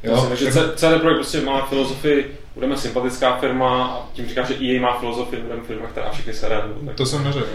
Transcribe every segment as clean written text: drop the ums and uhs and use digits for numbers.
Takže CD Projekt prostě má filozofii, budeme sympatická firma a tím říká, že EA má filozofii, budeme firma, která všechny sere. To jsem neřekl.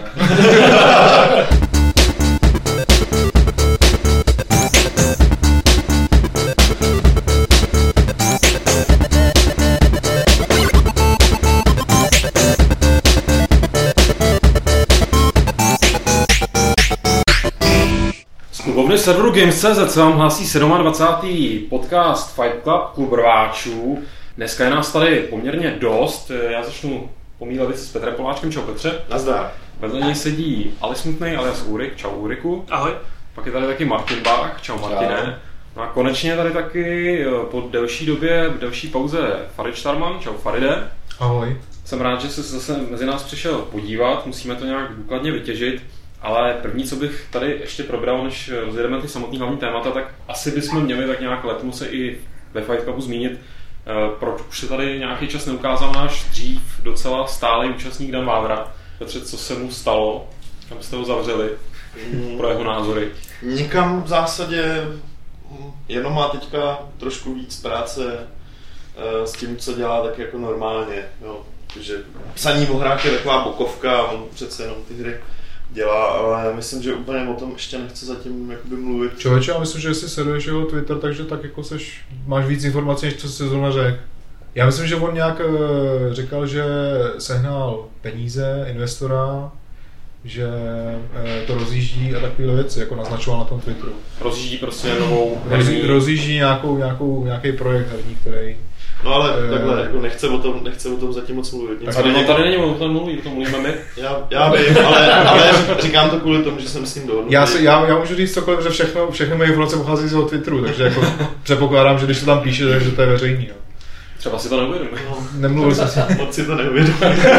Klubovny serveru Games.cz se vám hlásí 27. podcast Fight Club klub rváčů. Dneska je nás tady poměrně dost. Já začnu pomílat věci s Petrem Poláčkem. Čau Petře. Nazdar. Vedle něj sedí Ali Smutnej alias Úrik. Čau Úriku. Ahoj. Pak je tady taky Martin Bach. Čau Martine. No a konečně tady taky po delší době, delší pauze Farid Štarman. Čau Faride. Ahoj. Jsem rád, že jsi zase mezi nás přišel podívat. Musíme to nějak důkladně vytěžit. Ale první, co bych tady ještě probral, než rozjedeme ty samotný hlavní témata, tak asi bychom měli tak nějak letmo se i ve Fight Clubu zmínit, proč už se tady nějaký čas neukázal náš dřív docela stálý účastník Dan Vávra. Petře, co se mu stalo? Kam jste ho zavřeli pro jeho názory? Nikam v zásadě, jenom má teďka trošku víc práce s tím, co dělá tak jako normálně. Jo. Takže psaní o hrách je taková bokovka, on přece jenom ty hry dělá, ale myslím, že úplně o tom ještě nechce zatím jakoby mluvit. Člověče, já myslím, že jestli sleduješ jeho Twitter, takže tak jako máš víc informací, než co jsi zrovna řekl. Já myslím, že on nějak říkal, že sehnal peníze, investora, že to rozjíždí a takovéhle věci, jako naznačoval na tom Twitteru. Rozjíždí prostě novou rozjíždí nějaký projekt herní, který... No ale takhle, jako nechce o tom zatím moc mluvit. Tady není o tom mluvíme my. Já vím, ale říkám to kvůli tomu, že jsem s ním dohodnutý. Já můžu říct cokoliv, že všechny moje informace pochází z jeho Twitteru, takže jako předpokládám, že když to tam píše, takže to je veřejný. Jo. Třeba si to neuvědomí. No, nemluvil jsem. Moc si to neuvědomí.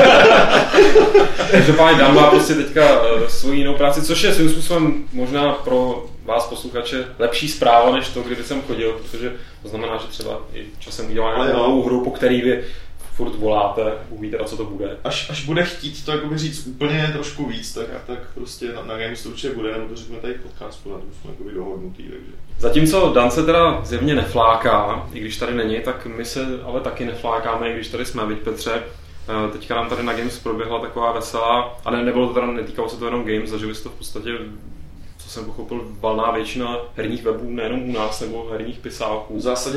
Každopádně Dan má prostě teďka svoji jinou práci, což je svým způsobem možná pro vás posluchače lepší zpráva, než to, kdyby jsem chodil, protože to znamená, že třeba i časem udělá nějakou novou hru, po který vy furt voláte, uvidíte teda, co to bude. Až bude chtít to jakoby říct úplně trošku víc, tak prostě na Games to určitě bude, nebo to řekne tady v podcastu, na tom jsme jakoby dohodnutý, takže... Zatímco Dan se teda zjevně nefláká, i když tady není, tak my se ale taky neflákáme, i když tady jsme, viď Petře. Teďka nám tady na Games proběhla taková veselá, a nebylo to teda, netýkalo se to jenom Games, zažili jste to v podstatě, co jsem pochopil, valná většina herních webů, nejenom u nás, nebo herních pisáků. V zásadě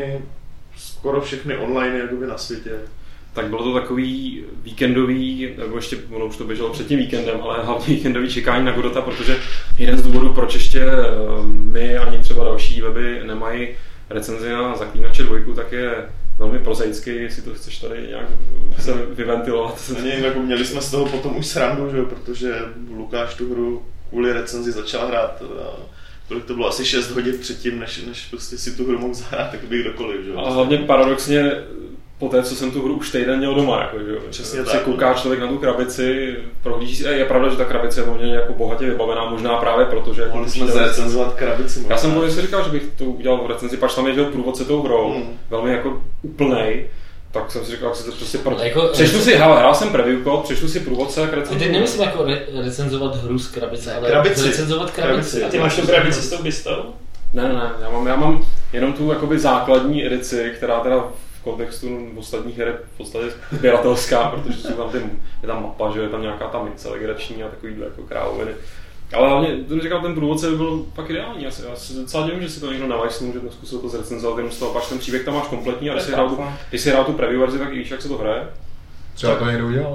skoro všechny online jakoby na světě. Tak bylo to takový víkendový, nebo ještě, ono už to běželo před tím víkendem, ale hlavně víkendový čekání na Godota, protože jeden z důvodů, proč ještě my ani třeba další weby nemají recenzi na Zaklínače 2, tak je velmi prozaicky, jestli to chceš tady nějak se vyventilovat. Jako měli jsme z toho potom už srandu, že? Protože Lukáš tu hru kvůli recenzi začal hrát. Kolik to bylo asi 6 hodin předtím, než prostě si tu hru mohl zahrát takový kdokoliv, že? A hlavně paradoxně po té, co jsem tu hru už týden měl doma, jako, že? Přesně tak. Kouká člověk na tu krabici, prohlíží si, je pravda, že ta krabice je poměrně jako bohatě vybavená, možná právě proto, že... Mohli jsme zarecenzovat krabici. Já jsem si říkal, že bych to udělal v recenzi, pač tam je průvodce tou hrou, velmi jako úplnej. Tak jsem si říkal, jak se to prostě... Přečtu si, hrál jsem preview kód, přečtu si průvodce a recenzovat. Teď nemyslím jako recenzovat hru z krabice, ale recenzovat krabici. A ty máš tu krabici s tou bistou? Ne, já mám jenom tu jakoby základní edici, která teda v kontextu ostatních her je v podstatě sběratelská, protože jsou tam je tam mapa, že je tam nějaká ta mince legrační a takovýhle jako krávoviny. Ale hlavně, to říkal, ten průvodce by byl fakt ideální. Já se docela divím, že si to někdo navajsnul, že zkusil to zrecenzovat, jenom z toho pač ten příběh tam máš kompletní a když si hrál tu preview verzi, tak i víš, jak se to hraje. Třeba to někdo udělal.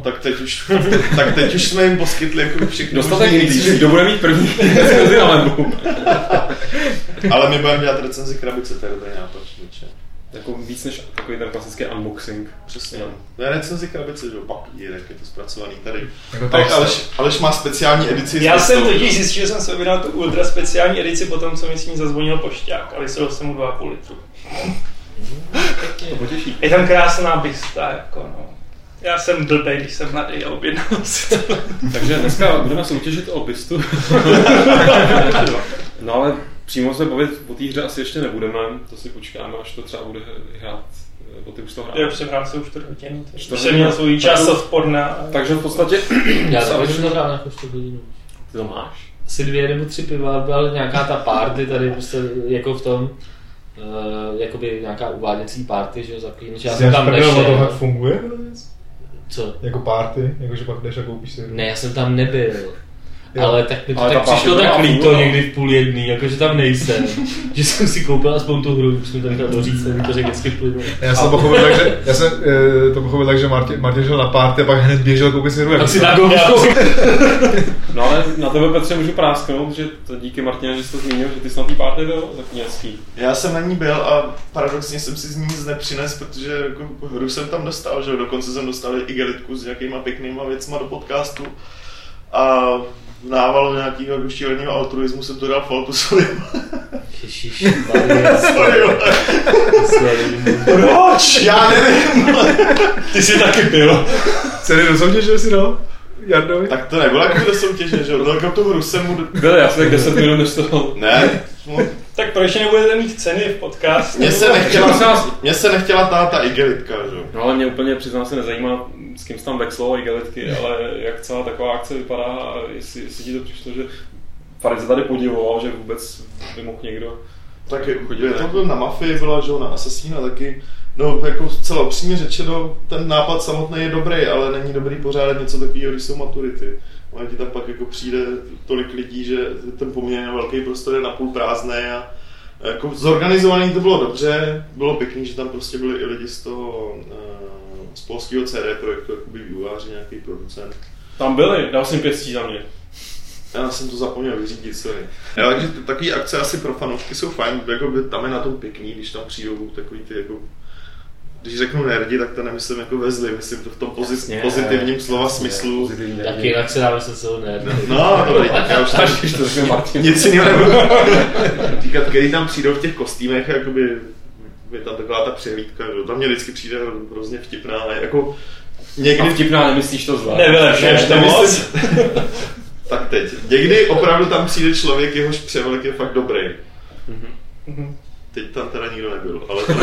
Tak teď už jsme jim poskytli jako všechno. Dostatek víc, kdo bude mít první recenzi na webu. Ale my budeme dělat recenzi krabice, to je dobrý nápad. Jako víc než takový ten klasický unboxing. Přesně. To je recenzi krabice, že papírek, je to zpracovaný tady. Tak Aleš má speciální edici. Já jsem totiž zjistil, že jsem se objednal tu ultra speciální edici potom, co mi s ní zazvonil pošťák a vysel jsem mu 2,5 litru. To potěší. Je tam krásná bista, jako no. Já jsem blbej, když jsem mladý a objednal si to. Takže dneska budeme soutěžit o bistu. No ale přímo se bavit o té hře asi ještě nebudeme, to si počkáme, až to třeba bude hrát, bo ty už to hrál. Já už jsem hrál se už 4 hodiny, jsem měl svůj čas odporná. Takže v podstatě... Já jsem to hrál jako 4 hodiny. Ty to máš? Asi 2 nebo 3 piva, byla nějaká ta party tady prostě jako v tom. jakoby nějaká uváděcí party, že jo, za klín, že já jsem tam nešel. To tak funguje? Co? Jako party? Jakože pak jdeš a koupíš si hru? Ne, já jsem tam nebyl. Jo. Ale tak mi to tak přišlo tak líto někdy v 12:30, jakože tam nejsem. Že jsem si koupil aspoň tu hru, už jsem to nechal doříct, aby to řekl vždycky plynu. Já jsem to pochopil tak, že Martin šel na party a pak hned běžel koupit si hru. Tak si No ale na tebe, Petře, můžu prásknout, že to díky Martine, že jsi to zmínil, že ty jsi na té party byl takový hezký. Já jsem na ní byl a paradoxně jsem si z ní nic nepřines, protože jako hru jsem tam dostal, že dokonce jsem dostal i igelitku s nějakýma pěknýma věcma do podcastu. A v návalu nějakého jako šíleného altruismu jsem to dal Faltusovi. Ježiši, Proč? Já nevím. Ty jsi taky pil. Ceny do soutěže si dal? Jardovi? Tak to nebylo jako do soutěže, že jo? No, tu hru jsem mu... Byli asi tak 10 minut než to... Ne. Tak proč nebudete mít ceny v podcastu? Mně se nechtěla ta igelitka, že jo? No ale mě úplně, přiznám se, nezajímá, s kým jsi tam vexloval igelitky, ale jak celá taková akce vypadá a jestli ti to přišlo, že Farid se tady podivoval, že vůbec by mohl někdo... Tak to byl na Mafii, byla, že jo, na Assassina taky. No, jako celé upřímně řečeno, ten nápad samotný je dobrý, ale není dobrý pořádat něco takového, když jsou maturity. Ono ti tam pak jako přijde tolik lidí, že ten poměrně velký prostor je napůl prázdný a jako zorganizovaný to bylo dobře, bylo pěkný, že tam prostě byli i lidi z toho z polského CD projektu, jakoby vývojáři, nějaký producent. Tam byli, dal jsem pěstí za mě. Já jsem to zapomněl vyřídit, sorry. Já, takže takové akce asi pro fanoušky jsou fajn, jako by tam je na tom pěkný, když tam přijdou takový ty jako... Když řeknu nerdi, tak to nemyslím jako ve zlý, myslím to v tom pozitivním slova smyslu. Taky jinak se dáme se celou nerdy. No, dobrý, tak já už tam nic jiného nebudu říkat, který tam přijdou v těch kostýmech, jakoby je tam taková ta přehlídka, že? Tam mě vždycky přijde hrozně vtipná, ale jako někdy... A vtipná, nemyslíš to zlá? Nevylepšuješ to moc. Tak teď, někdy opravdu tam přijde člověk, jehož převlek je fakt dobrý. Teď tam teda nikdo nebyl, ale to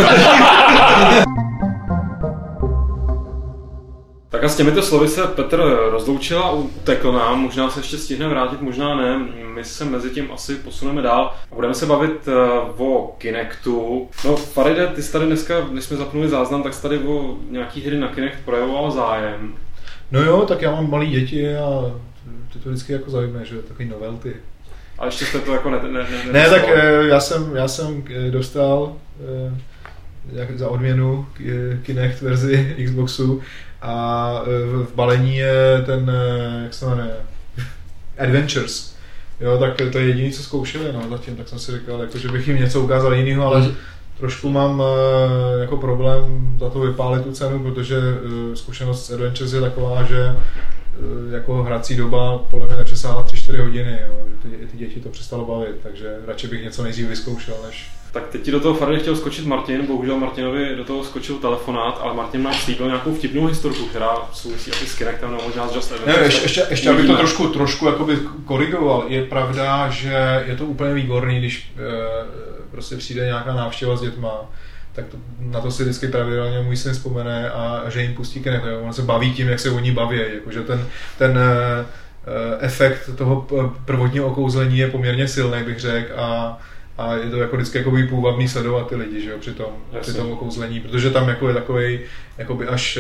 Tak a s těmito slovy se Petr rozloučil a utekl nám, možná se ještě stihne vrátit, možná ne, my se mezi tím asi posuneme dál a budeme se bavit o Kinectu. No Faride, ty jsi tady dneska, když jsme zapnuli záznam, tak jsi tady o nějaký hry na Kinect projevoval zájem. No jo, tak já mám malý děti a ty to vždycky jako zajímavé, že takový novelty. A ještě jste to jako ne, tak já jsem dostal za odměnu Kinect verzi Xboxu a v balení je ten, jak se jmenuje, Adventures. Jo, tak to je jediný, co zkoušeli, no, zatím, tak jsem si říkal, jako, že bych jim něco ukázal jinýho, ale trošku mám jako problém za to vypálit tu cenu, protože zkušenost s Adventures je taková, že jako hrací doba podle mě nepřesáhla 3-4 hodiny, jo, že ty děti to přestalo bavit, takže radši bych něco nejdřív vyzkoušel, než... Tak teď ti do toho Faride chtěl skočit Martin, bohužel Martinovi do toho skočil telefonát, ale Martin nám slíbil nějakou vtipnou historku, která souvisí asi s Kinectem, nebo možná s Just Adventures. Ještě abych to trošku jakoby korigoval, je pravda, že je to úplně výborný, když prostě přijde nějaká návštěva s dětma, tak na to si vždycky pravidelně můj syn vzpomene a že jim pustí Kinect. On se baví tím, jak se oni baví, jakože ten efekt toho prvotního okouzlení je poměrně silný, bych řekl, a je to jako vždycky jakoby půvabný sledovat ty lidi, že jo, při tom okouzlení, protože tam jako je takovej jakoby až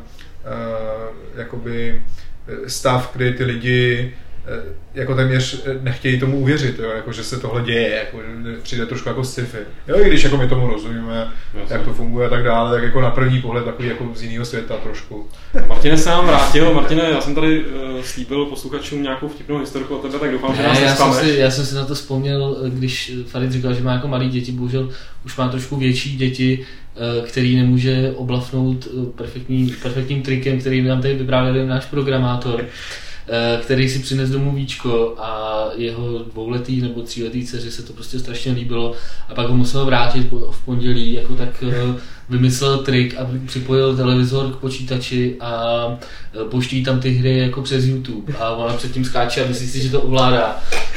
jakoby stav, kdy ty lidi jako téměř nechtějí tomu uvěřit, jo, jako, že se tohle děje, jako, přijde trošku jako sci-fi. Jo, i když jako my tomu rozumíme, jak to funguje a tak dále, tak jako na první pohled takový jako z jiného světa trošku. Martine se nám vrátil. Martine, já jsem tady slíbil posluchačům nějakou vtipnou historku o tebe, tak doufám, že nás neskameš. Já jsem si na to vzpomněl, když Farid říkal, že má jako malý děti, bohužel už má trošku větší děti, který nemůže oblafnout perfektním trikem, který nám tady vyprávěl náš programátor, který si přines domů víčko a jeho 2letý nebo 3letý dceři se to prostě strašně líbilo a pak ho musel vrátit v pondělí, jako tak vymyslel trik a připojil televizor k počítači a pouští tam ty hry jako přes YouTube a ona předtím skáče a myslí si, že to ovládá.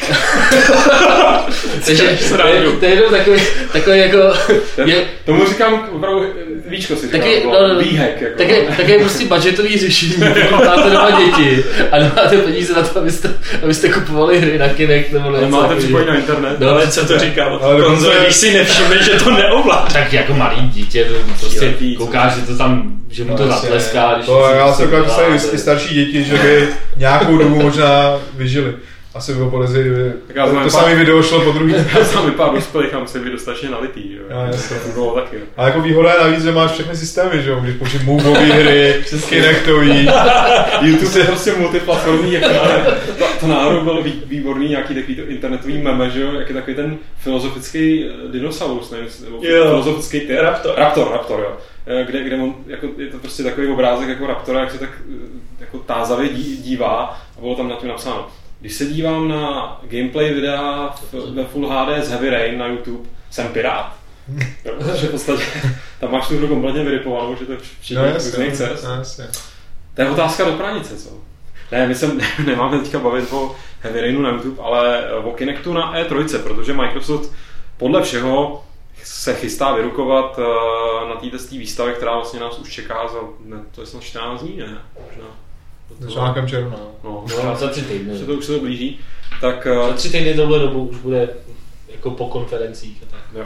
Takže to je jenom takový jako... Tomu říkám opravdu víčko si říkám, výhek. Jako. Tak je prostě budgetový řešení, pokud máte doma děti a nemáte peníze na to, abyste kupovali hry na Kinect nebo něco. Máte připojit na internet. No ale co to říká o konzoli, když si nevšimne, že to neovládá. Tak jako malý dítě, to prostě koukáš, že to tam, že mu to zatleská. Já jsem říkal, že i starší děti, že by nějakou dobu možná vyžili. Asi bylo polezli, to samé video šlo po druhý. Já sám pár dospělých a musím být dostatečně nalitý, jo. To fungovalo taky. A jako výhoda je navíc, že máš všechny systémy, že jo, můžeš použít moveové hry, Kinectový. YouTube je prostě multiplatformní, jako to náhodou byl výborný nějaký takový to internetový meme, že jo, jak je takový ten filozofický dinosaurus, nevím, nebo filozofický typ. Raptor, jo. Kde on, jako, je to prostě takový obrázek jako raptora, jak se tak jako tázavě dívá a bylo tam na tím napsáno. Když se dívám na gameplay videa ve Full HD z Heavy Rain na YouTube, jsem pirát. Protože v podstatě tam máš tu hru kompletně vyrypovanou, že to je všichni různých cest. To je otázka do pranice, co? Ne, my se nemáme teďka bavit o Heavy Rainu na YouTube, ale o Kinectu na E3, protože Microsoft podle všeho se chystá vyrukovat na této výstavě, která vlastně nás už čeká to je snad 14 dní, ne? Možná. Začátkem června. No, za 3 týdny. Už se to blíží. Tak, za 3 týdny tohle dobu už bude jako po konferencích. A tak. Jo.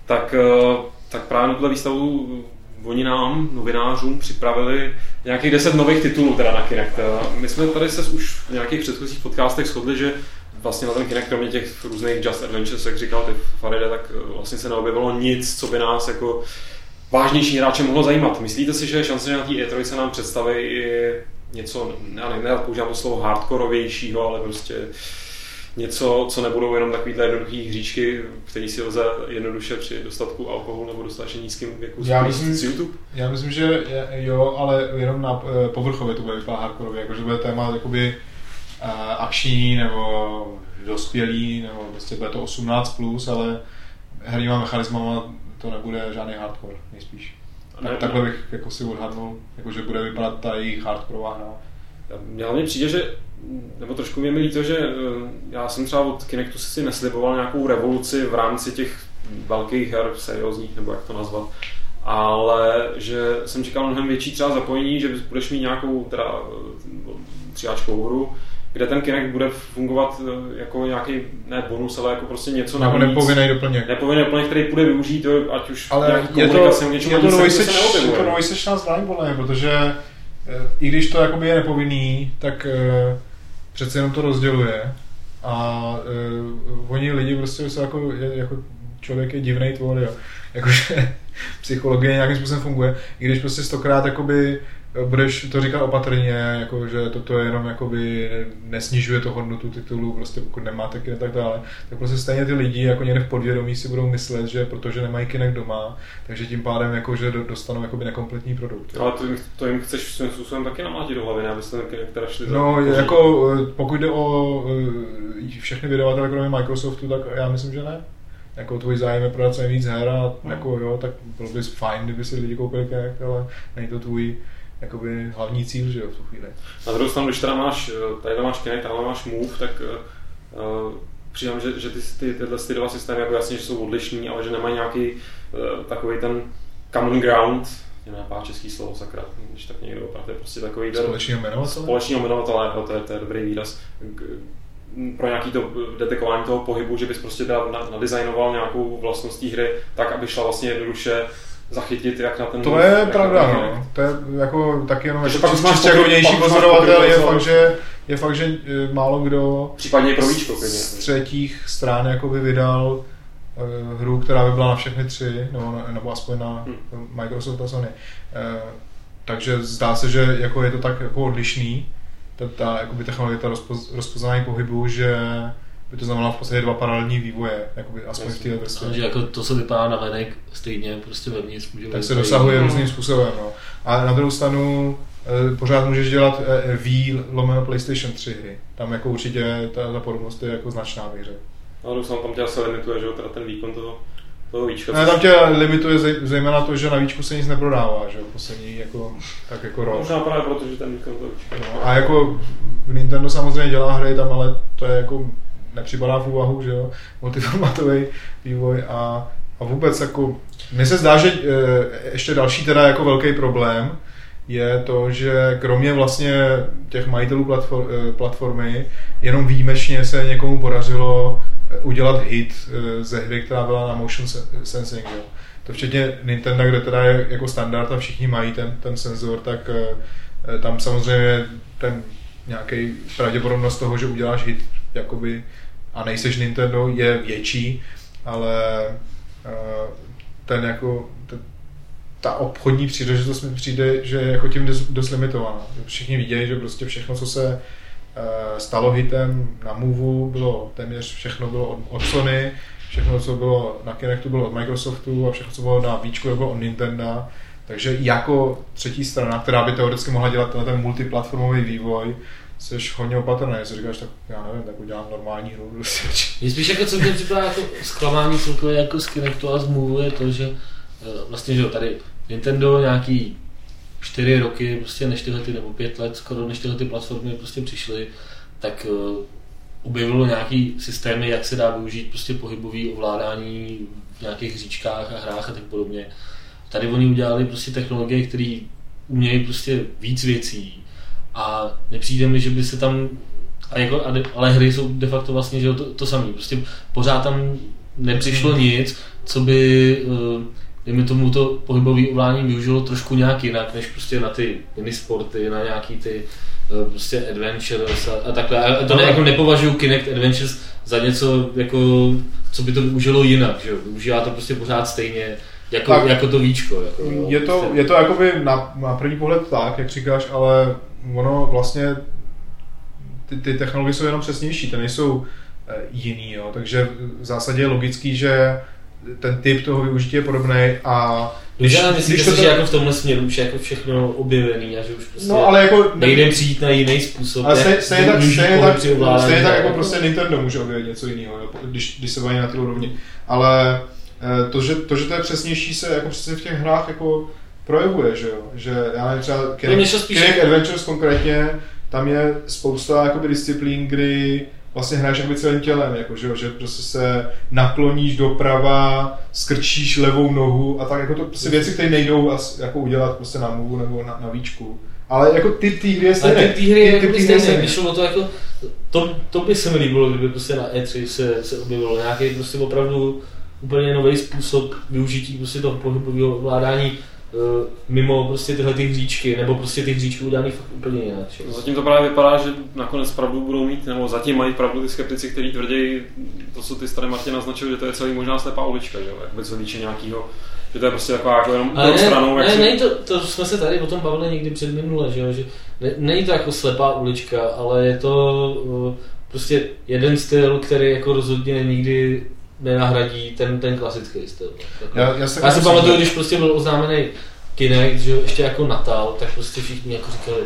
Tak právě na tuhle výstavu oni nám, novinářům, připravili nějakých 10 nových titulů teda na Kinect. My jsme tady se už v nějakých předchozích podcastech shodli, že vlastně na ten Kinect, kromě těch různých Just Adventures, jak říkal ty Faride, tak vlastně se neobjevilo nic, co by nás jako vážnější hráče mohlo zajímat. Myslíte si, že je šance, že na té E3 nám představí i něco, já nerad používám to slovo hardkorovějšího, ale prostě něco, co nebudou jenom takovýhle jednoduchý hříčky, který si lze jednoduše při dostatku alkoholu nebo dostatečně nízkým věku z YouTube? Já myslím, že jo, ale jenom na povrchově to bude vypadat hardkorově, jakože bude téma jakoby akční nebo dospělý, nebo prostě bude to 18+, ale herníma mechanismama to nebude žádný hardcore, nejspíš. Takhle bych jako si odhadnul, jako že bude vypadat ta jejich hardcoreová hra. Mně hlavně přijde, že, nebo trošku mě líto, že já jsem třeba od Kinectu si nesliboval nějakou revoluci v rámci těch velkých her, seriózních, nebo jak to nazvat, ale že jsem čekal mnohem větší třeba zapojení, že budeš mít nějakou teda tříáčkovou hru, kde ten Kinect bude fungovat jako nějaký, ne bonus, ale jako prostě něco navíc. Nepovinný doplněk. Nepovinný doplněk, který půjde využít, ať už ale komunikaci nebo něčemu, je to nový sečná zbraň podle mě, protože i když to jakoby je nepovinný, tak přece jenom to rozděluje a oni lidi prostě jsou jako člověk je divnej tvor, jo. Jakože psychologie nějakým způsobem funguje, i když prostě 100krát jakoby budeš to říkat opatrně, jako, že toto jenom jakoby nesnižuje to hodnotu titulu, prostě pokud nemáte Kinect tak dále, tak prostě stejně ty lidi jako někde v podvědomí si budou myslet, že protože nemají Kinect doma, takže tím pádem jako, že dostanou jakoby nekompletní produkt. Ale to jim chceš svým způsobem taky namlátit do hlavy, ne? Abyste ten Kinect teda šli no, jako pokud jde o všechny vydavatele kromě Microsoftu, tak já myslím, že ne. Jako tvůj zájem je prodat co nejvíc her a jako jo, tak bylo by fajn, kdyby si lidi koupili Kinect, ale není to tvůj jakoby hlavní cíl, že jo, v tu chvíli. Na druhou stranu, když teda máš Kinect, tam máš Move, tak přijím, že tyhle dva systémy jako jasně, že jsou odlišný, ale že nemají nějaký takový ten common ground, mě napadá český slovo, sakra, když tak někdo opravdu je prostě takový společného jmenovatele, to je dobrý výraz, pro nějaký to detekování toho pohybu, že bys prostě nadizajnoval nějakou vlastností hry tak, aby šla vlastně jednoduše zachytit, jak na ten... To je pravda, no. To je jako taky jenom čistěkovnější pozorovatel, je fakt, že málo kdo případně pro víčko, z třetích stran jakoby vydal hru, která by byla na všechny 3, nebo aspoň na Microsoft a Sony. Takže zdá se, že jako je to tak jako odlišný, ta technologie, ta rozpoznání pohybu, že by to znamenalo v podstatě 2 paralelní vývoje, jakoby aspoň v této vrstvě. Takže jako to se vypadá na venek stejně, prostě vevnitř může... Tak se dosahuje různým způsobem, no. A na druhou stranu pořád můžeš dělat PlayStation 3 hry. Tam jako určitě ta podobnost je jako značná v hře. Ale tam tě asi limituje, že jo, teda ten výkon toho toho víčka. Ne, tam tě limituje zejména to, že na víčku se nic neprodává, že jo, poslední jako, tak jako rok. Možná právě proto, že ten výkon toho víčka. No, a jako Nintendo samozřejmě dělá hry tam, ale to je jako nepřipadá v úvahu, že jo, multiformátový vývoj a vůbec jako, mně se zdá, že ještě další teda jako velký problém je to, že kromě vlastně těch majitelů platformy, jenom výjimečně se někomu podařilo udělat hit ze hry, která byla na motion sensing. Jo. To včetně Nintendo, kde teda je jako standard a všichni mají ten senzor, tak tam samozřejmě ten nějaký pravděpodobnost toho, že uděláš hit jakoby, a nejseš Nintendo, je větší, ale ta obchodní příležitost mi přijde, že je jako tím dost limitovaná. Všichni vidějí, že prostě všechno, co se stalo hitem na Moveu, bylo téměř všechno bylo od Sony, všechno, co bylo na Kinectu, bylo od Microsoftu a všechno, co bylo na Víčku, bylo od Nintendo. Takže jako třetí strana, která by teoreticky mohla dělat ten multiplatformový vývoj, jsi hodně opatrný, jestli říkáš, tak já nevím, tak udělám normální hru. Je spíš jako celkem připadá jako zklamání celkově jako z Kinectu a z Moveu je to, že vlastně, že tady Nintendo nějaký 4 roky, prostě než tyhle nebo 5 let skoro, než tyhle platformy prostě přišly, tak objevilo nějaký systémy, jak se dá využít prostě pohybový ovládání v nějakých hříčkách a hrách a tak podobně. Tady oni udělali prostě technologie, které umějí prostě víc věcí a nepřijde mi, že by se tam, ale hry jsou de facto vlastně že to samé, prostě pořád tam nepřišlo nic, co by dejme tomu to pohybové ovládání využilo trošku nějak jinak, než prostě na ty minisporty, na nějaký ty prostě adventures a takhle. A to jako nepovažuji Kinect Adventures za něco, jako, co by to využilo jinak, že jo? Využívá to prostě pořád stejně, jako to víčko. Jako, je to jakoby na první pohled tak, jak říkáš, ale ono vlastně ty technologie jsou jenom přesnější, ty nejsou jiný, jo? Takže v zásadě je logický, že ten typ toho využití je podobný a když to že jako v tomhle směru už je jako všechno objevený a že už prostě ale jako nejde přijít na jiný způsob. Ale stejně tak jako prostě Nintendo může objevit něco jiného, když se baví na té úrovni. Ale to, že to je přesnější, se jako přesně v těch hrách jako projevuje, že jo? Že já nevím, třeba Kinect Adventures konkrétně, tam je spousta jakoby disciplín, kdy vlastně hraješ jakoby celým tělem, jako, že prostě se nakloníš doprava, skrčíš levou nohu a tak jako to prostě věci, které nejdou jako udělat prostě na Moveu nebo na Víčku. Ale jako ty hry je stejné. Ale ty hry je stejné, když šlo to jako, to by se mi líbilo, kdyby prostě na E3 se objevilo nějaký prostě opravdu úplně nový způsob využití prostě toho pohybového ovládání mimo prostě tyhle ty hříčky, nebo prostě ty hříčky udělaný fakt úplně jinak. Zatím to právě vypadá, že nakonec pravdu budou mít, nebo zatím mají pravdu ty skeptici, kteří tvrdí, to co ty strany Martin naznačil, že to je celý možná slepá ulička, že vůbec co týče nějakého, že to je prostě taková jako jenom druhou stranou. To jsme se tady o tom bavili někdy před minule, že není to jako slepá ulička, ale je to prostě jeden styl, který jako rozhodně nikdy nenahradí ten klasický styl. Já si pamatuju, když prostě byl oznámený Kinect, že ještě jako Natal, tak prostě všichni jako říkali,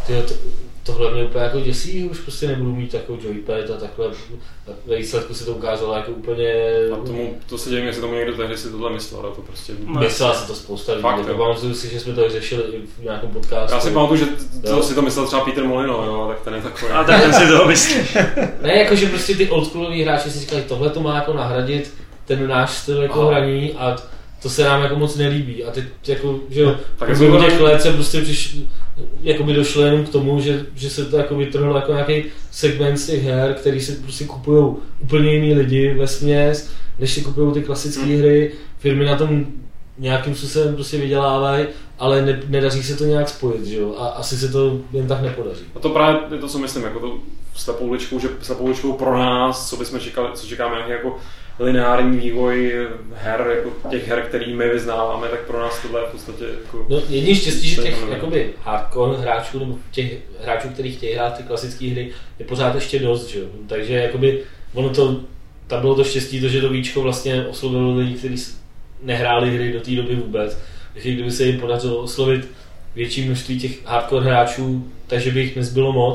tohle mě úplně jako děsí, už prostě nebudu mít takovou joypad a takhle. Ve výsledku se to ukázalo jako úplně... A to se dělím, jestli tomu někdo tehdy si tohle myslel, to prostě... Myslela se to spousta lidí, pamatuju si, že jsme to řešili i v nějakém podcastu. Já si pamatuju, že si to myslel třeba Peter Molino, jo, tak ten je takový. A tak ten si toho myslí. Ne, jakože prostě ty oldschooloví hráči si říkali, tohle to má jako nahradit ten náš styl jako hraní a to se nám jako moc nelíbí. A teď jako, že jo, v těch let se prostě jakoby došlo jenom k tomu, že se to jako vytrhlo jako nějaký segment z těch her, který si prostě kupujou úplně jiný lidi vesměs, než si kupujou ty klasické hry. Firmy na tom nějakým způsobem prostě vydělávají, ale nedaří se to nějak spojit, že jo? A asi se to jen tak nepodaří. A to právě je to, co myslím, jako to slepou uličkou pro nás, co bychom čekali, co čekáme nějaký jako lineární vývoj her, jako těch her, který my vyznáváme, tak pro nás tohle je v podstatě jako... No jediný štěstí, že těch jakoby hardcore hráčů, nebo těch hráčů, kteří chtějí hrát ty klasické hry, je pořád ještě dost, že jo? Takže jakoby ono to, tam bylo to štěstí, to, že to víčko vlastně oslovilo lidi, kteří nehráli hry do té doby vůbec. Takže kdyby se jim podařilo oslovit větší množství těch hardcore hráčů, takže by jich nezbylo moc,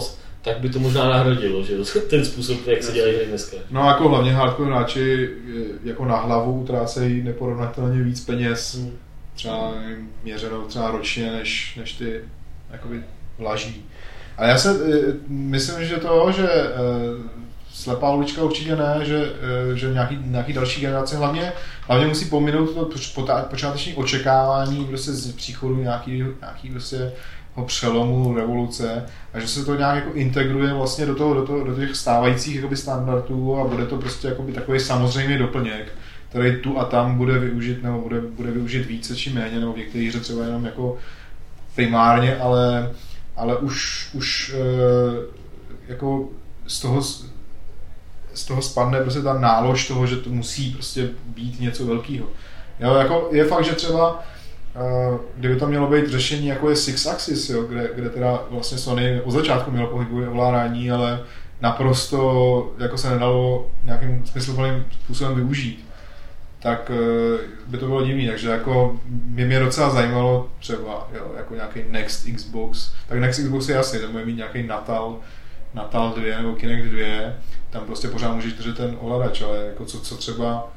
tak by to možná nahradilo, že ten způsob, jak se dělají hry dneska. No jako hlavně hardcore hráči jako na hlavu utrácejí neporovnatelně víc peněz, třeba měřeno třeba ročně, než ty jakoby vlaží. A já se myslím, že že slepá ulička určitě ne, že nějaký další generace hlavně musí pominout to počáteční očekávání prostě z příchodu nějaký prostě přelomu revoluce a že se to nějak jako integruje vlastně do těch stávajících jakoby standardů a bude to prostě jakoby takový samozřejmý doplněk, který tu a tam bude využit nebo bude využit více či méně, nebo v některých hře třeba jenom jako primárně, ale už jako z toho spadne prostě ta nálož toho, že to musí prostě být něco velkého. Jo, jako je fakt, že třeba kdyby to mělo být řešení jako je Six Axis, jo, kde teda vlastně Sony od začátku mělo pohybové ovládání, ale naprosto jako se nedalo nějakým smysluplným způsobem využít, tak by to bylo divný, takže jako mě docela zajímalo třeba jo, jako nějaký Next Xbox, tak Next Xbox je jasný, ten bude mít nějaký Natal 2 nebo Kinect 2, tam prostě pořád můžeš držet ten ovladač, ale jako co třeba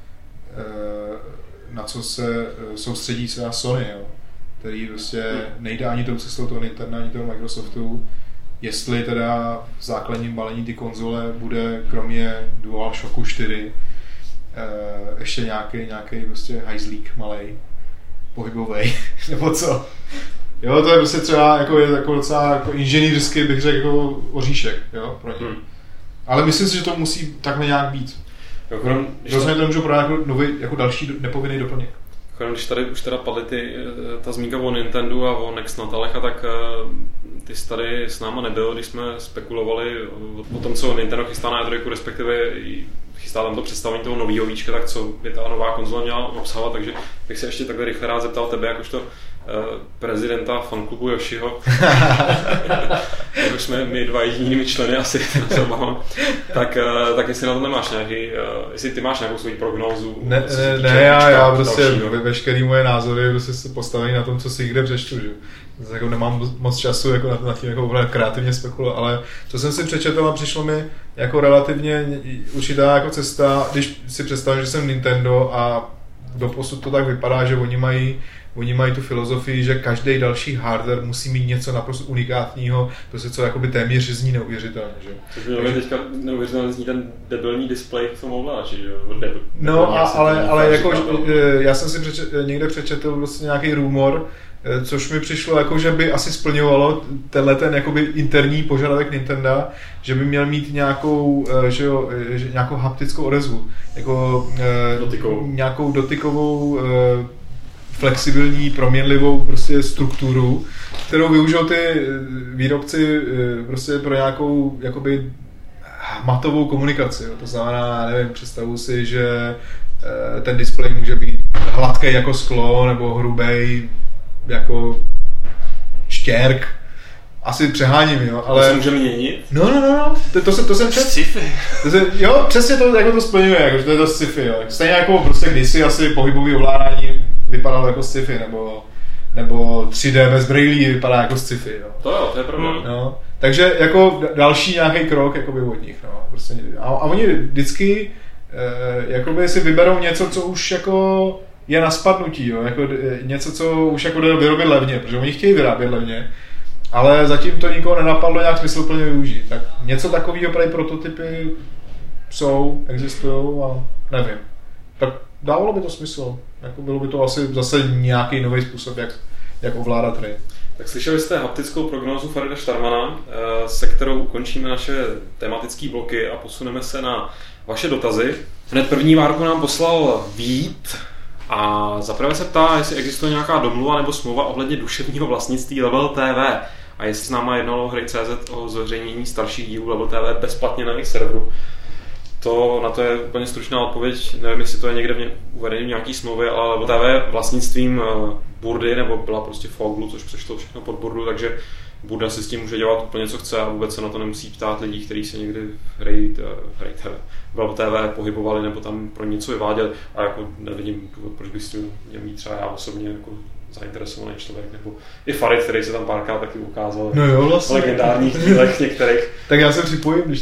na co se soustředí třeba Sony, jo, který prostě nejde ani tou cestou toho Nintendo, ani toho Microsoftu, jestli teda v základním balení ty konzole bude kromě DualShocku 4 ještě nějaký prostě hajzlík malej, pohybovej, nebo co. Jo, to je prostě třeba jako docela jako inženýrsky, bych řekl, jako oříšek, jo, pro ně. Ale myslím si, že to musí takhle nějak být. Rozhodně to můžu prodat jako nový, jako další nepovinný doplněk. Když tady už teda padly ta zmínka o Nintendo a o Next Natalech, a tak ty jsi tady s náma nebyl, když jsme spekulovali o tom, co Nintendo chystá na E3, respektive chystá tam to představení toho nového víčka, tak co by ta nová konzole měla obsahovat, takže bych se ještě takhle rychle rád zeptal tebe, jakožto prezidenta fanklubu Yoshiho, jako jsme my dva jedinými členy asi, se obávám, tak jestli na to nemáš jestli ty máš nějakou svoji prognózu? Ne, já prostě veškerý moje názory prostě se postaví na tom, co si kde přečtu, že? Jako nemám moc času jako na tím jako kreativně spekulovat, ale co jsem si přečetl a přišlo mi jako relativně určitá jako cesta, když si představím, že jsem Nintendo a doposud to tak vypadá, že oni mají tu filozofii, že každý další hardware musí mít něco naprosto unikátního, prostě co jakoby téměř zní neuvěřitelně, že? Takže teďka neuvěřitelně zní ten debilní display v tom ovladači, že jo? No, ale jako, já jsem si někde přečetl vlastně nějaký rumor, což mi přišlo jako, že by asi splňovalo tenhle ten jakoby interní požadavek Nintendo, že by měl mít nějakou, nějakou haptickou odezvu, jako nějakou dotykovou flexibilní, proměnlivou prostě strukturu, kterou využijou ty výrobci prostě pro nějakou jakoby hmatovou komunikaci. Jo. To znamená, nevím, představuji si, že ten displej může být hladký jako sklo nebo hrubý jako štěrk. Asi přeháním, jo, ale... To se může měnit? No, to jsem sci-fi. Jo, přesně to, jako to splňuje, jako, že to je to sci-fi, jo. Stejně jako prostě kdysi asi pohybový ovládání vypadalo jako sci-fi, nebo 3D bez brailí vypadá jako sci-fi, jo. To je pravda. No, takže jako další nějaký krok jakoby od nich, no, prostě. A oni vždycky jakoby si vyberou něco, co už jako je na spadnutí, jo, jako něco, co už jako jde vyrobit levně, protože oni chtějí vyrábět levně. Ale zatím to nikoho nenapadlo nějak smysluplně využít. Tak něco takového pro prototypy existují a nevím. Tak dávalo by to smysl. Jako bylo by to asi zase nějaký nový způsob, jak ovládat hry. Tak slyšeli jste haptickou prognózu Farida Štarmana, se kterou ukončíme naše tematické bloky a posuneme se na vaše dotazy. Hned první Várku nám poslal Vít a zaprvé se ptá, jestli existuje nějaká domluva nebo smlouva ohledně duševního vlastnictví Level TV a jestli s náma jednalo Hry.cz o zveřejnění starších dílů Level TV bezplatně na jejich serveru. Na to je úplně stručná odpověď, nevím, jestli to je někde uvedený v nějaký smlouvě, ale Level TV vlastnictvím Burdy, nebo byla prostě Foglu, což přešlo všechno pod Burdu, takže Burda si s tím může dělat úplně co chce a vůbec se na to nemusí ptát lidí, kteří se někdy v Level TV pohybovali nebo tam pro něco vyváděli a jako nevidím důvod, proč bych s tím měl mít třeba já osobně jako zainteresovaný člověk, nebo i Farid, který se tam párkrát taky ukázal vlastně. v legendárních dílech některých. Tak já se připojím, když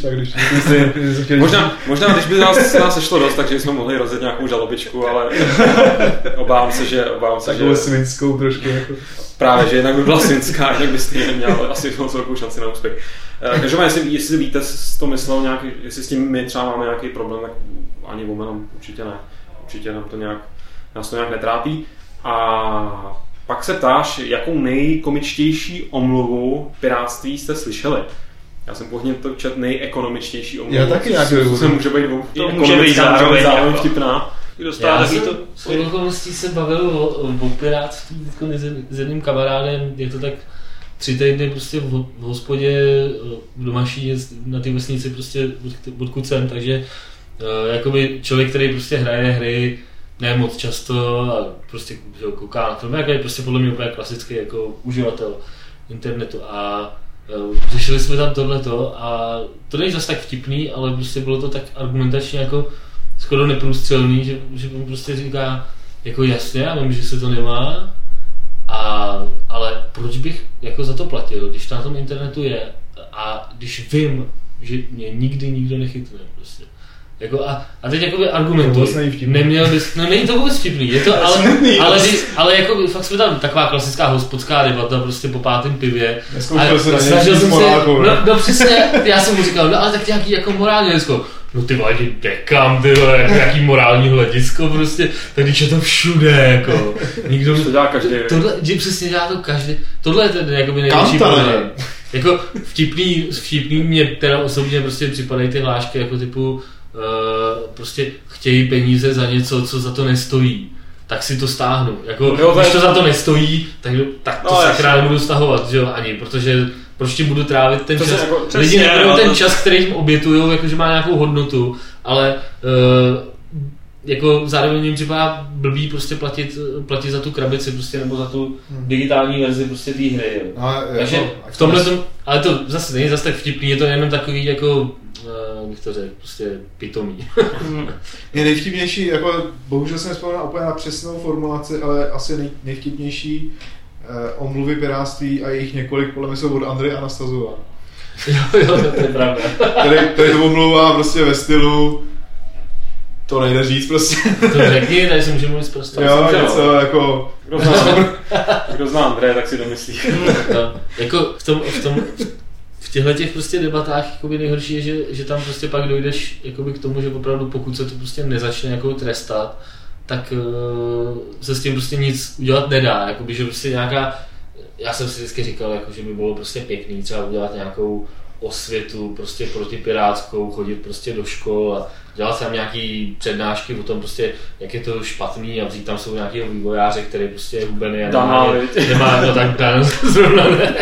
možná když by nás sešlo dost, takže jsme mohli rozjet nějakou žalobičku, ale obávám se, že takovou svinskou trošku jako. Právě, že jednak by byla svinská, jinak byste ji neměl asi velkou šanci na úspěch. Každopádně, jestli víte, to myslel nějaký, jestli s tím my třeba máme nějaký problém, tak ani Womanom určitě ne. Určitě nás to nějak netrápí. A pak se ptáš, jakou nejkomičtější omluvu pirátství jste slyšeli? Já jsem pohněl to čet nejekonomičtější omluvu. Já taky nějaký může být to může být zároveň vtipná. Já jsem s okolností se bavil o pirátství s jedním kamarádem, je to tak 3 týdny prostě v hospodě v Domaší na té vesnici prostě odkud jsem, takže jakoby člověk, který prostě hraje hry ne moc často a prostě kouká na filmy, jako je prostě podle mě úplně klasický jako uživatel internetu a řešili jsme tam tohleto a to není zase tak vtipný, ale prostě bylo to tak argumentačně jako skoro neprůstřelný, že on prostě říká jako jasně, já vím, že se to nemá, ale proč bych jako za to platil, když to na tom internetu je a když vím, že mě nikdy nikdo nechytne prostě. Jako a teď jakoby argumentuj, neměl bys, no není to vůbec vtipný, je to, ale jako fakt jsme tam taková klasická hospodská debata prostě po 5. pivě. Neskoušel se snažil jsem se, no přesně, já jsem mu říkal, no ale tak nějaký jako morální hledisko, no ty vole, jdi dekam, ty vole, jaký morální hledisko prostě, tak když je to všude, jako, nikdo, to dělá každý, tohle, přesně dělá to každý, tohle je ten jakoby největší problém. Jako vtipný mě teda osobně prostě připadají ty hlášky jako typu prostě chtějí peníze za něco, co za to nestojí, tak si to stáhnu. Jako, když to za to nestojí, tak to sakra nebudu stahovat, že jo, ani, protože proč ti budu trávit ten čas. Jako, lidi neberou ten čas, který jim obětujou, jakože má nějakou hodnotu, ale jako zároveň jim připadá blbý prostě platit za tu krabici prostě, nebo za tu digitální verzi prostě té hry. Takže v tomhle tom, ale to zase není zase tak vtipný, je to jenom takový jako bych to řekl, prostě pitomý. Je nejvtipnější, jako bohužel jsem nespomněl úplně na přesnou formulaci, ale asi nejvtipnější omluvy pirátství a jejich několik, podle mě jsou od Andreje Anastazova. Jo, to je pravda. Který to omlouvá prostě ve stylu, to nejde říct prostě. To řekni, tady si můžeme mluvit zprostá. Jo, něco jako... Kdo zná Andreje, tak si domyslí. No, jako v těchto těch prostě debatách jakoby nejhorší je, že tam prostě pak dojdeš jakoby k tomu, že opravdu pokud se to prostě nezačne jako trestat, tak se s tím prostě nic udělat nedá, jakoby, že prostě nějaká, já jsem si vždycky říkal, jako, že by bylo prostě pěkný třeba udělat nějakou osvětu prostě protipirátskou, chodit prostě do škol a dělat tam nějaký přednášky o tom prostě, jak je to špatný a vzít tam jsou nějakého vývojáře, který prostě je hubený a nemá no tak Dan zrovna ne.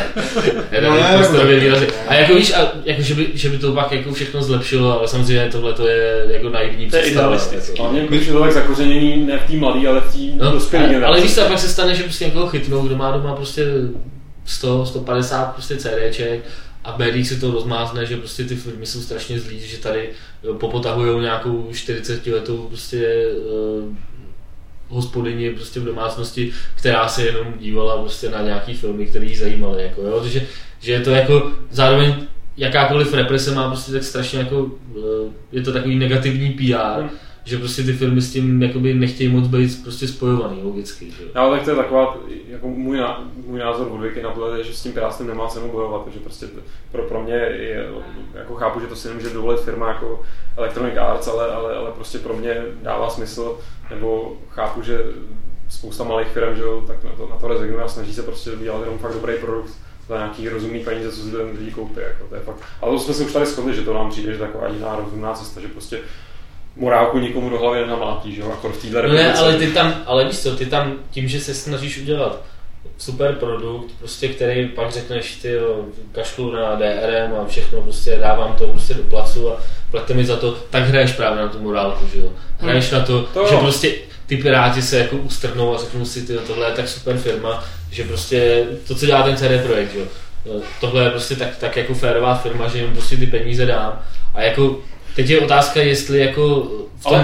A jako víš, jako, že by to pak jako všechno zlepšilo, ale samozřejmě tohle to je jako naivní představa. Hlavně když je to tak zakořenění ne v té mladý, ale v té dospělé generaci. Ale víš, pak se stane, že prostě někoho chytnou, kdo má doma prostě 100-150 prostě CDček, a v médiích se to rozmázne, že prostě ty firmy jsou strašně zlí, že tady popotahujou nějakou 40letou prostě hospodyni prostě v domácnosti, která se jenom dívala prostě na nějaký filmy, které jí zajímaly, jako jo, že je to jako zároveň jakákoliv represe má prostě tak strašně jako, je to takový negativní PR, že prostě ty firmy s tím jakoby nechtějí moc být prostě spojovaný logicky. Že? Ale tak to je taková, jako můj názor odvěky na to je, že s tím pirátstvím nemá cenu bojovat, takže prostě pro mě je, jako chápu, že to si nemůže dovolit firma jako Electronic Arts, ale prostě pro mě dává smysl, nebo chápu, že spousta malých firm, že jo, tak na to rezignuje a snaží se prostě dělat jenom fakt dobrý produkt za nějaký rozumný peníze, co si ten lidi koupí, jako to je fakt. Ale to jsme se už tady shodli, že to nám přijde, že taková jiná rozumná cesta, že prostě morálku nikomu do hlavy nenamlátí, že jo, jako v téhle republice. Ne, ale víš co, ty tam tím, že se snažíš udělat super produkt, prostě, který pak řekneš, ty kašlu na DRM a všechno, prostě dávám to prostě do placu a plaťte mi za to, tak hraješ právě na tu morálku, že jo. Hraješ na to že prostě ty piráti se jako ustrhnou a řeknou si, ty tohle je tak super firma, že prostě to, co dělá ten CD Projekt, že jo. Tohle je prostě tak jako férová firma, že jim prostě ty peníze dám a jako teď je otázka, jestli jako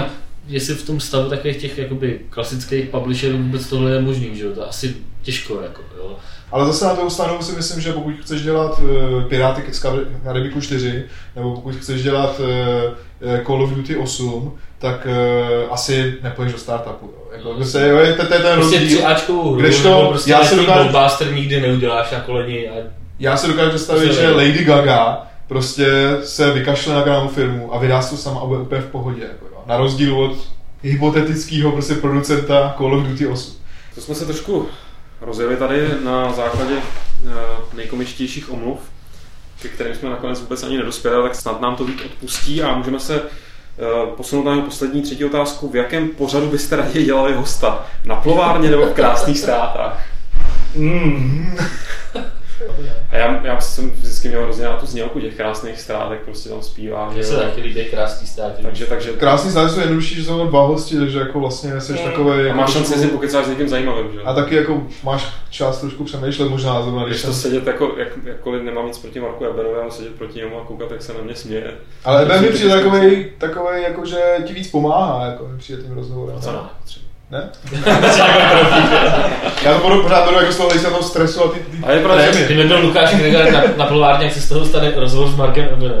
jestli v tom stavu takových těch jakoby klasických publisherů vůbec tohle je možný, že jo, to asi těžko jako, jo. Ale zase na druhou stranu si myslím, že pokud chceš dělat Piráty z Karibiku 4, nebo pokud chceš dělat Call of Duty 8, tak asi nepůjdeš do startupu. Jo. Jako, to je ten prostě rozdíl. 3Ačkovou hru, Kdežto nebo prostě já si dokážu... blockbuster nikdy neuděláš na koleni. Já si dokážu představit, že Lady Gaga prostě se vykašle na krámu firmu a vydá se to sama a bude úplně v pohodě. Jako, jo. Na rozdíl od hypotetického prostě producenta Call of Duty 8. To jsme se trošku rozjeli tady na základě nejkomičtějších omluv, ke kterým jsme nakonec vůbec ani nedospěli, tak snad nám to víc odpustí a můžeme se posunout na jeho poslední třetí otázku. V jakém pořadu byste raději dělali hosta? Na plovárně nebo v Krásných Ztrátách? A já jsem vždycky měl hrozně na tu znělku těch Krásných Ztrátek, prostě tam zpívá. Mně se taky líbí Krásný Ztráty. Takže Krásný Ztráty jsou jednodušší, že jsou dva hosti, takže jako vlastně jsi takovej... A máš šanci si pokecáš s někým zajímavým, že? A taky jako máš čas trošku přemýšlet možná zrovna, když to sedět jako, jakkoliv nemám nic proti Marku Eberovi, ale sedět proti němu a koukat, jak se na mě směje. Ale Eber mi přijde takovej jako, že ti víc pomáhá, jako mi přijde tím rozhovorem. Co ne? Ne? Já to pořád beru jako z toho, toho stresu a ty trémy. Kdyby byl Lukáš Greger na plovárně, jak se z toho stane rozhovor s Markem Eberem.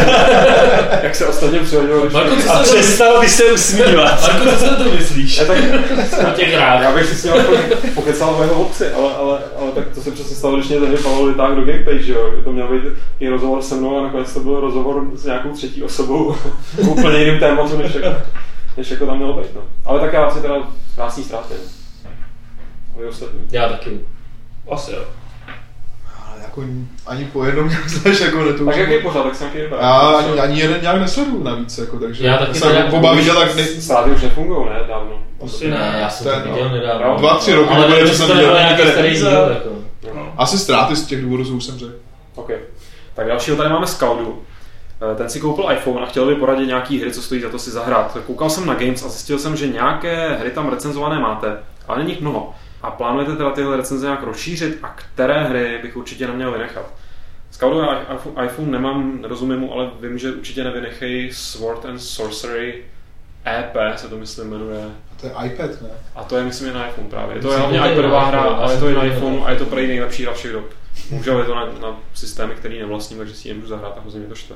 Jak se ostatně přihodil. A přestal by se usmívat. Marko, co se to myslíš? Na těch hrách. Já bych si s ním pokecal o jeho otci, ale tak to se přesně stalo, když mě tady Pavel vytáhl do Gamepage, že jo. To měl být i rozhovor se mnou a nakonec to byl rozhovor s nějakou třetí osobou úplně jiným tématu, než jako tam mělo být, no. Ale tak já si teda Krásný Ztráty, no. A vy ostatní? Já taky. Asi jo. Ale jako ani po jednom nějak znaš jako netu. Tak jaký pořád, tak jsem nějaký vypadá. Já ani jeden nějak nesleduju navíc, jako, takže já taky jsem oba viděl tak... Ztráty už nefungujou, ne? Dávno. Asi ne, já jsem to viděl nedávno. 2-3 roky, ale nebude, co jsem viděl. nějaký starý díl, jako. Asi Ztráty z těch důvodů, co už jsem řekl. OK. Tak dalšího tady máme Skaudu. Ten si koupil iPhone a chtěl by poradit nějaký hry, co stojí za to si zahrát. Koukal jsem na Games a zjistil jsem, že nějaké hry tam recenzované máte, ale není jich mnoho. A plánujete teda tyhle recenze nějak rozšířit a které hry bych určitě neměl vynechat? Skaudu iPhone nemám, nerozumím mu, ale vím, že určitě nevynechej Sword and Sorcery EP, se to myslím jmenuje. A to je iPad, ne? A to je myslím je na iPhone právě. Je to hlavně iPadová hra, ale je to i na iPhone a je to prej nejlepší hra všech dob. Můžu, je to na systémy, který nevlastním, takže si ji nemůžu zahrát a hrozně mě to štve.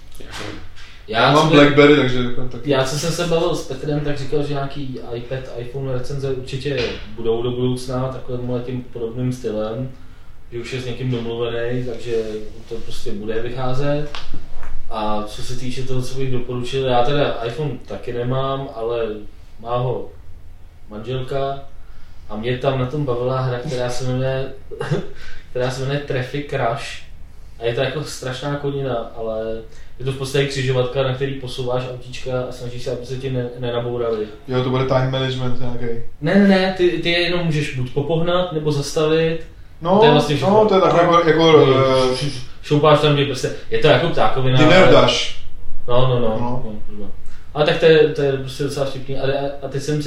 Já mám Blackberry, takže taky. Já co jsem se bavil s Petrem, tak říkal, že nějaký iPad, iPhone recenze určitě budou do budoucna takovým tím podobným stylem, že už je s někým domluvený, takže to prostě bude vycházet. A co se týče toho, co bych doporučil, já teda iPhone taky nemám, ale má ho manželka a mě tam na tom bavila hra, která se jmenuje Traffic Crash. A je to jako strašná konina, ale je to v podstatě křižovatka, na který posouváš autíčka a snažíš se, aby se ti nenabourali. Jo, to bude time management nějaký. Ne, ty je jenom můžeš buď popohnat, nebo zastavit. No, to je vlastně všechno. to je tak jako šoupáš tam, že prostě, je to jako ptákovina. Dinner Dash. No. Ale tak to je prostě docela vtipný. A teď jsem si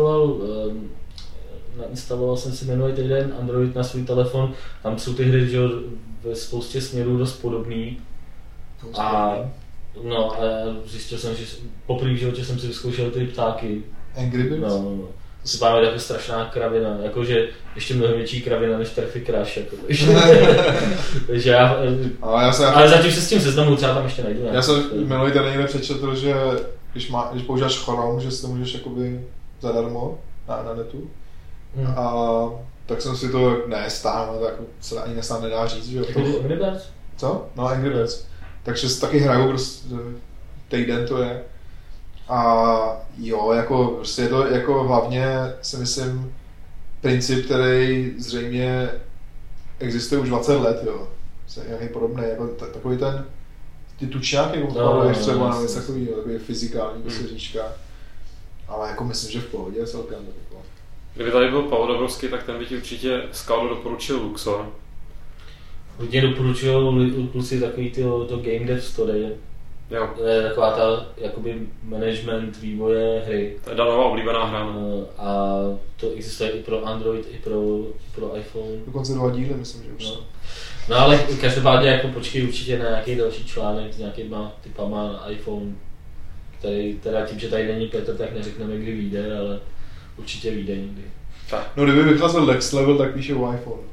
nainstaloval jsem si minulý týden Android na svůj telefon. Tam jsou ty hry, že ve spoustě směrů dost podobný. A zjistil jsem, že poprvé v životě jsem si vyzkoušel ty ptáky. Angry Birds? No. To si pamatuju jako strašná kravina, jakože ještě mnohem větší kravina než Traffic Crash, jako. Takže ale zatím se s tím seznamu třeba tam ještě najdu. Já jsem minulý den někde přečetl, že když používáš Chrome, že si to můžeš jakoby zadarmo na netu. A tak jsem si to stáhl, tak se ani nesnad nedá říct, že jo. Angry Birds? Co? No, Angry Birds. Takže si taky hraju prostě týden to je. A jo, jako prostě je to jako hlavně si myslím princip, který zřejmě existuje už 20 let, jo. Nějaký podobný, jako takový ty tučňáky ukladuješ třeba na něco takového, takový fyzikální říčka. Ale jako myslím, že v pohodě celkem. Jako. Kdyby tady byl Pavel Dobrovský, tak ten by ti určitě Skaudu doporučil Luxor. Hodně doporučují kluci takový to Game Dev Story. Jo. To je taková ta jakoby management vývoje hry. To je Danová oblíbená hra. A to existuje i pro Android, i pro iPhone. Dokonce 2 díly, myslím, že už. No ale každopádně jako počkej určitě na nějaký další článek s nějakýma typama na iPhone. Tady, teda tím, že tady není Petr, tak neřekneme, kdy vyjde, ale určitě vyjde někdy. Tak. No kdyby vycházel Lex Level, tak píše o iPhone.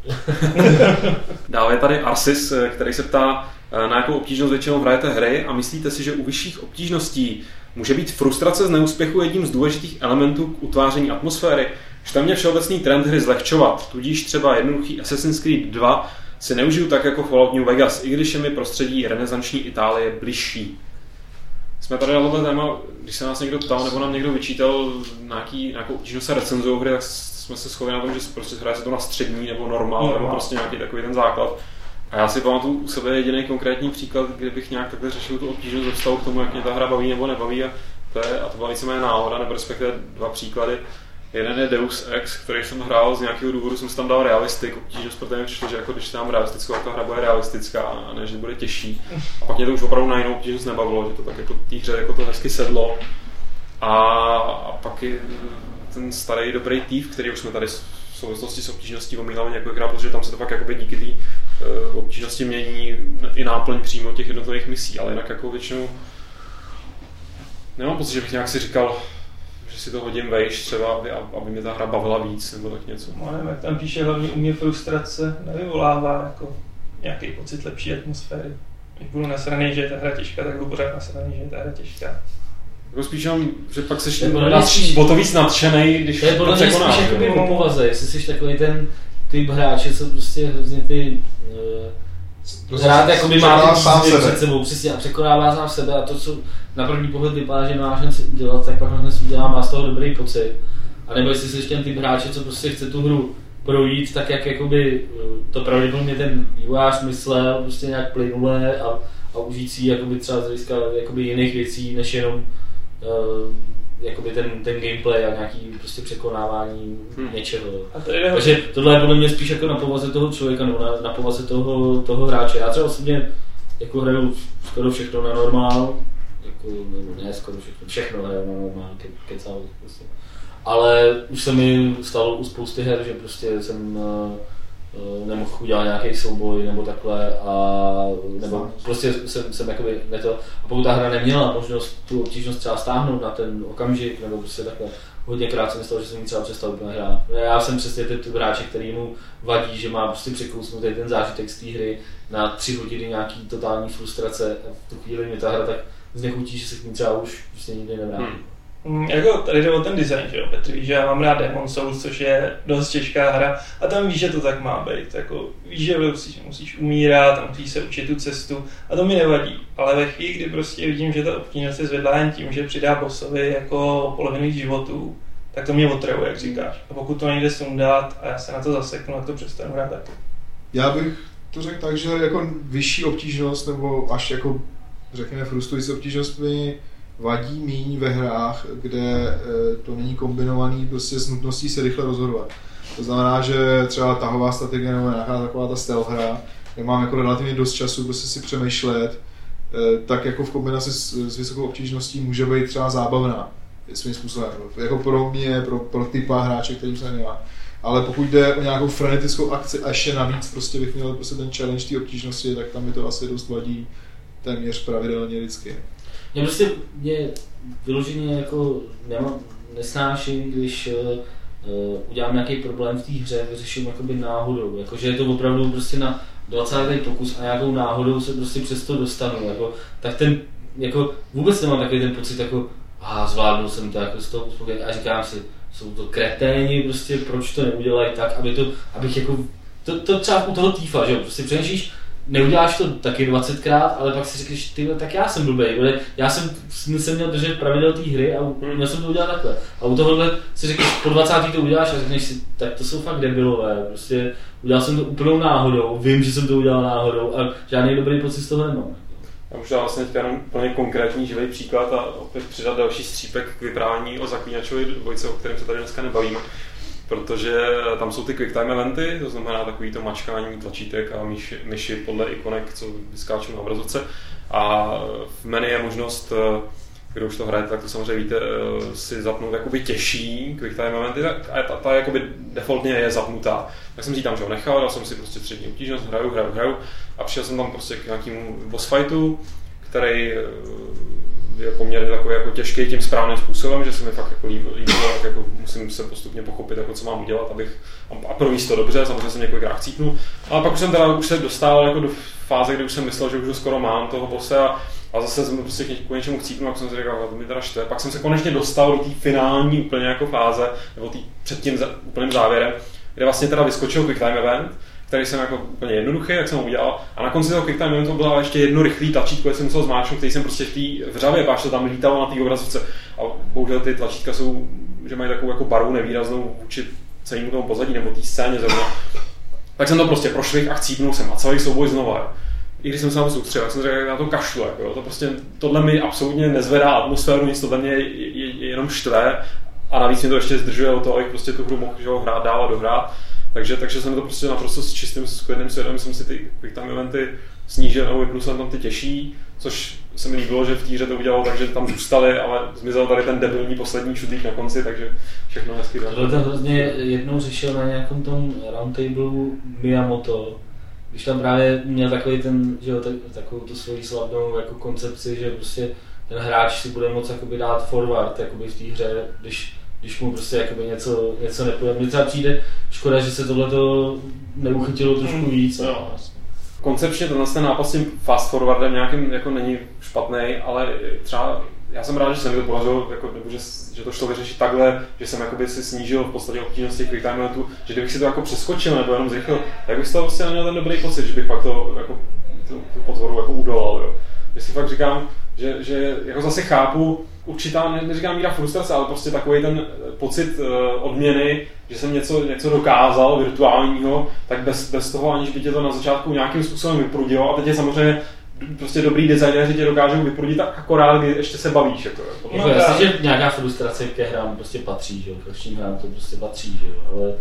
Dále je tady Arsis, který se ptá, na jakou obtížnost většinou hrajete hry a myslíte si, že u vyšších obtížností může být frustrace z neúspěchu jedním z důležitých elementů k utváření atmosféry? Štem je všeobecný trend hry zlehčovat, tudíž třeba jednoduchý Assassin's Creed 2 si neužiju tak jako Fallout New Vegas, i když je mi prostředí renesanční Itálie bližší. Jsme tady na tohle téma, když se nás někdo ptal nebo nám někdo vyčítal nějakou obtížnost se recenzují hry, tak jsme se shodli na tom, že prostě hraje se to na střední nebo normál, nebo prostě nějaký takový ten základ. A já si pamatuju u sebe jediný konkrétní příklad, kdybych nějak takhle řešil tu obtížnost ve vztahu k tomu, jak mě ta hra baví nebo nebaví. A to byla víceméně náhoda, nebo respektive dva příklady. Jeden je Deus Ex, který jsem hrál z nějakého důvodu, jsem si tam dal realistik, obtížnost, protože mi přišlo, že jako když tam realistickou, tak ta hra bude realistická a ne, že bude těžší. A pak mě to už opravdu na jinou obtížnost nebavilo, že to tak jako té hře jako to hezky sedlo. A pak i ten starý dobrý Thief, který už jsme tady v souvislosti s obtížností omílali několikrát, protože tam se to fakt jakoby díky té obtížnosti mění i náplň přímo těch jednotlivých misí, ale jinak jako většinou nemám pocit, že bych nějak si říkal, že si to hodím vejš třeba, aby mě ta hra bavila víc, nebo tak něco. No nevím, jak tam píše, hlavně u mě frustrace nevyvolává jako nějaký pocit lepší atmosféry. Když budu nasraný, že je ta hra těžká, tak budu pořád nasraný, že je ta hra těžká. Jako spíš jenom, že pak seš o to víc nadšenej, když to překonáš. To je podle mě spíš jakoby o povaze, jestli jsi takový ten typ hráče, co prostě hrozně ty hrát jakoby má ty před sebou, přesně, a překonává sám sebe a to, co na první pohled vypadá, že máš hned udělat, tak pak hned udělá, má z toho dobrý pocit. A nebo jestli jsi ten typ hráče, co prostě chce tu hru projít, tak jak jakoby to pravděpodobně ten vývojář myslel, prostě nějak plynule a užít si jakoby třeba z hlediska jakoby jiných věcí, než jenom jakoby ten gameplay a nějaký prostě překonávání něčeho. Takže tohle je podle mě spíš jako na povaze toho člověka nebo na povaze toho hráče. Já třeba osobně jako hraju skoro všechno na normál, jako, ne skoro všechno hraju na normál, kecám prostě. Ale už se mi stalo u spousty her, že prostě jsem nemohl udělat nějaký souboj nebo takhle nebo prostě jsem jakoby neto. A pokud ta hra neměla možnost tu obtížnost třeba stáhnout na ten okamžik nebo prostě takhle, hodněkrát jsem myslel, že jsem ji třeba přestal úplně hrát. Já jsem přesně ten hráč, který mu vadí, že má prostě překousnutý ten zážitek z té hry na 3 hodiny nějaký totální frustrace a v tu chvíli mě ta hra tak znechutí, že se k ní třeba už prostě nikdy nevrátí. Jako tady jde o ten design, že jo, Petr, víš, že já mám rád Demon's Souls, což je dost těžká hra a tam víš, že to tak má být, jako víš, že musíš umírat a musíš se učit tu cestu a to mi nevadí, ale ve chvíli, kdy prostě vidím, že ta obtížnost se zvedla jen tím, že přidá bossovi jako polovinu životů, tak to mě otravuje, jak říkáš. A pokud to nejde sundat a já se na to zaseknu, tak to přestanu hrát taky. Já bych to řekl tak, že jako vyšší obtížnost nebo až jako řekněme frustrující obtížnost mi vadí míň ve hrách, kde to není kombinovaný prostě s nutností se rychle rozhodovat. To znamená, že třeba tahová strategie nebo nějaká taková ta stealth hra, kde mám jako relativně dost času prostě si přemýšlet, tak jako v kombinaci s vysokou obtížností může být třeba zábavná svým způsobem. Jako pro mě, pro typa hráče, kterým se nemá. Ale pokud jde o nějakou frenetickou akci a ještě navíc prostě bych měl prostě ten challenge té obtížnosti, tak tam mi to asi dost vadí téměř pravidelně vždycky. Já prostě vyloženě jako nesnáším, když udělám nějaký problém v té hře, vyřeším jakoby náhodou, jakože je to opravdu prostě na 20. pokus a nějakou náhodou se prostě přes to dostanu, jako, tak ten, jako vůbec nemám takový ten pocit jako zvládnul jsem to jako z toho uspokojený a říkám si, jsou to kreténi, prostě proč to neudělají tak, abych jako, to třeba u toho týfa, že jo, prostě přemýšlíš, neuděláš to taky 20krát, ale pak si řekneš, tyhle, tak já jsem blbej, já jsem měl držet pravidel té hry a měl jsem to udělat takhle. A u tohohle si řekneš, po 20. to uděláš a řekneš si, tak to jsou fakt debilové, prostě udělal jsem to úplnou náhodou, vím, že jsem to udělal náhodou a žádný dobrý pocit z toho nemám. Já můžu dát vlastně teďka jenom úplně konkrétní živý příklad a opět přidat další střípek k vyprávění o Zaklínačovi dvojce, o kterém se tady dneska nebavíme. Protože tam jsou ty quick time eventy, to znamená takový to mačkání tlačítek a myši podle ikonek, co vyskáčou na obrazovce. A v menu je možnost, kdo už to hrajete, tak to samozřejmě víte, si zapnout jakoby těžší quick time eventy a ta jakoby defaultně je zapnutá. Tak jsem si tam nechal, dal jsem si prostě střední obtížnost, hraju a přišel jsem tam prostě k nějakému boss fightu, který je poměrně takový jako těžký tím správným způsobem, že se mi fakt jako líbilo, tak jako musím se postupně pochopit, jako co mám udělat, abych a provést to dobře, samozřejmě jsem několikrát chcípnul, ale pak už se dostal jako do fáze, kdy už jsem myslel, že už ho skoro mám toho bose a zase jsem prostě k něčemu chcípnul, a jsem si říkal, to mi teda štve. Pak jsem se konečně dostal do té finální úplně jako fáze, nebo před tím úplným závěrem, kde vlastně teda vyskočil Quick Time Event, který jsem jako úplně jednoduchý, jak jsem ho udělal. A na konci toho Quick Time Eventu bylo ještě jedno rychlý tlačítko, jsem musel zmáčknout, který jsem prostě v té vřavě, až to tam lítalo na té obrazovce. A bohužel ty tlačítka jsou, že mají takovou jako barvu nevýraznou vůči celému tomu pozadí nebo té scéně zrovna. Tak jsem to prostě prošvih a chcípnul jsem a celý souboj znova. I když jsem se na to soustředil, tak jsem řekl, na to kašlu. Jako, to prostě, tohle mi absolutně nezvedá atmosféru, nic tohle mě jenom štve. A navíc mě to ještě zdržuje o to, abych prostě tu hru mohl hrát dál a dohrát. Takže jsem to prostě naprosto s čistým klidným svědomím jsem si ty Quick Time Eventy snížil nebo vypnul jsem tam ty těžší, což se mi líbilo, že v té hře to udělalo tak, že tam zůstali, ale zmizel tady ten debilní poslední šutík na konci, takže všechno hezky dál. Tohle to hrozně jednou řešil na nějakém tom roundtablu Miyamoto, když tam právě měl takový ten, že jo, takovou tu svoji slavnou jako koncepci, že prostě ten hráč si bude moct jakoby dát forward jakoby v té hře, když mu prostě jakoby něco nepůjde. Mně třeba přijde škoda, že se tohleto neuchytilo trošku víc. No. Koncepčně ten nápad s tím fast forwardem nějakým jako není špatný, ale třeba já jsem rád, že se mi to podařilo, jako, že to šlo vyřešit takhle, že jsem jakoby si snížil v podstatě obtížnost těch quick time eventů, že kdybych si to jako přeskočil nebo jenom zrychlil, tak bych z toho prostě neměl ten dobrý pocit, že bych pak to jako tu potvoru jako udolal. Jo. Že si fakt říkám, že jako zase chápu určitá, neříkám míra frustrace, ale prostě takový ten pocit odměny, že jsem něco dokázal virtuálního, tak bez toho, aniž by tě to na začátku nějakým způsobem vyprudilo. A teď je samozřejmě prostě dobrý designéři tě dokážou vyprudit tak akorát, kdy ještě se bavíš. Jako. No, jasně, že nějaká frustrace ke hrám prostě patří, že jo, ke všem hrám to prostě patří, že jo, ale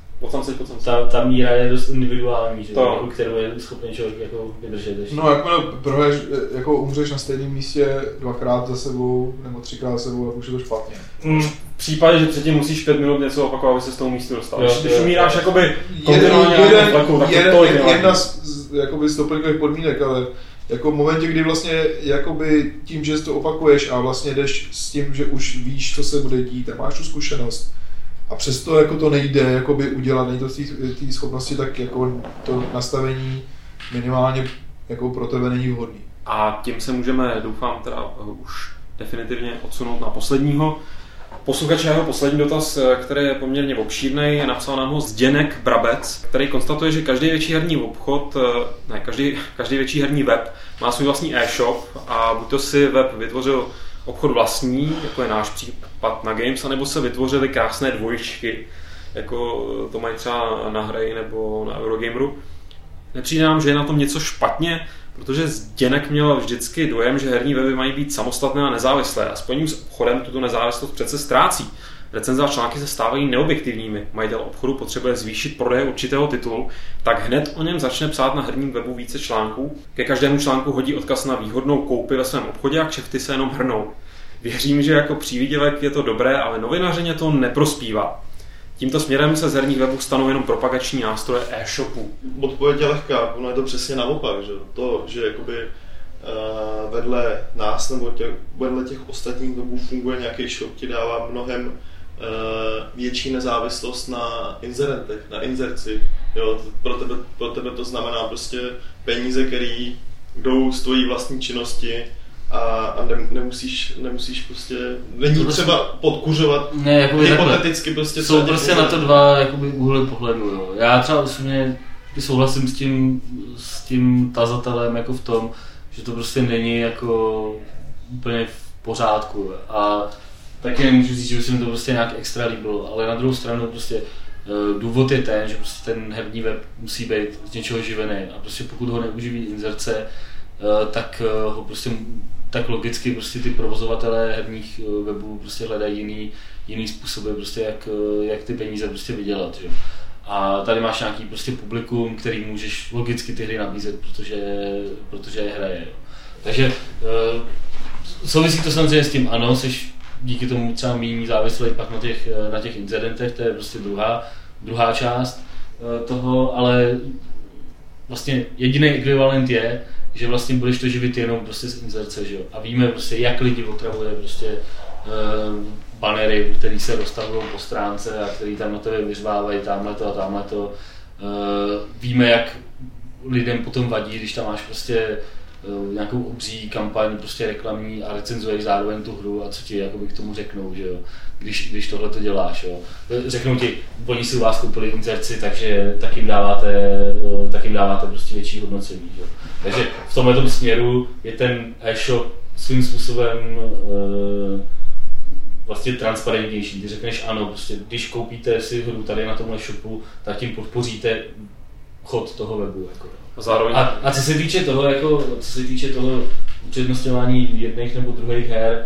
ta míra je dost individuální, že jo, kterou je schopný člověk jako vydržet ještě. No, jakmile prohraješ, jako umřeš na stejném místě dvakrát za sebou nebo třikrát za sebou, tak už je to špatně. V případě, že předtím musíš 5 minut něco opakovat, aby se z toho místu dostal. Když umíráš jakoby kontinuálně jedna z doplňkových podmínek, ale jako v momentě, kdy vlastně jakoby tím, že to opakuješ a vlastně jdeš s tím, že už víš, co se bude dít a máš tu zkušenost a přesto jako to nejde jakoby udělat, nejde to v té schopnosti, tak jako to nastavení minimálně jako pro tebe není vhodný. A tím se můžeme, doufám, teda už definitivně odsunout na posledního posluchače. Jeho poslední dotaz, který je poměrně obšírný, je napsal nám ho Zdeněk Brabec, který konstatuje, že každý větší herní obchod, každý větší herní web má svůj vlastní e-shop a buď to si web vytvořil obchod vlastní, jako je náš případ na Games, anebo se vytvořily krásné dvojčky, jako to mají třeba na Hry nebo na Eurogameru. Nepřijde nám, že je na tom něco špatně, protože Zdeněk měl vždycky dojem, že herní weby mají být samostatné a nezávislé a spojením s obchodem tuto nezávislost přece ztrácí. Recenze a články se stávají neobjektivními. Majitel obchodu potřebuje zvýšit prodej určitého titulu, tak hned o něm začne psát na herním webu více článků. Ke každému článku hodí odkaz na výhodnou koupi ve svém obchodě a kšefty se jenom hrnou. Věřím, že jako přívidělek je to dobré, ale novinařině to neprospívá. Tímto směrem se z herních webů stanou jenom propagační nástroje e-shopů. Odpověď je lehká, ono je to přesně naopak, že to, že jakoby vedle nás nebo vedle těch ostatních webů funguje nějaký shop, ti dává mnohem větší nezávislost na inzerentech, na inzerci. Jo, pro tebe to znamená prostě peníze, které jdou z tvojí vlastní činnosti a nemusíš prostě, není třeba podkuřovat, hypoteticky prostě. Jsou prostě na to dva jakoby úhly pohledu, jo. Já třeba osobně souhlasím s tím tazatelem jako v tom, že to prostě není jako úplně v pořádku a taky nemůžu říct, že by se mi to prostě nějak extra líbilo, ale na druhou stranu prostě důvod je ten, že prostě ten herní web musí být z něčeho živený a prostě pokud ho neuživí inzerce, tak ho prostě tak logicky prostě ty provozovatelé herních webů prostě hledají jiný způsoby prostě jak ty peníze prostě vydělat, že? A tady máš nějaký prostě publikum, který můžeš logicky ty hry nabízet, protože je hraje. Jo. Takže souvisí to samozřejmě s tím, ano, seš díky tomu třeba méně závislý pak na těch incidentech, to je prostě druhá část toho, ale vlastně jediný ekvivalent je, že vlastně budeš to živit jenom prostě z inzerce, že jo. A víme prostě, jak lidi otravuje prostě banery, který se rozstavují po stránce a který tam na tebe vyřvávají tamhleto a tamhleto. Víme, jak lidem potom vadí, když tam máš prostě nějakou obří kampaň prostě reklamní a recenzuješ zároveň tu hru a co ti jakoby k tomu řeknou, že jo, když tohle to děláš, jo. Řeknou ti, oni si u vás koupili inzerci, takže tak jim dáváte prostě větší hodnocení, že jo. Takže v tomhletom směru je ten e-shop svým způsobem vlastně transparentnější. Ty řekneš ano, prostě když koupíte si hru tady na tomhle shopu, tak tím podpoříte chod toho webu. Jako. A co se týče toho upřednostňování jedných nebo druhých her,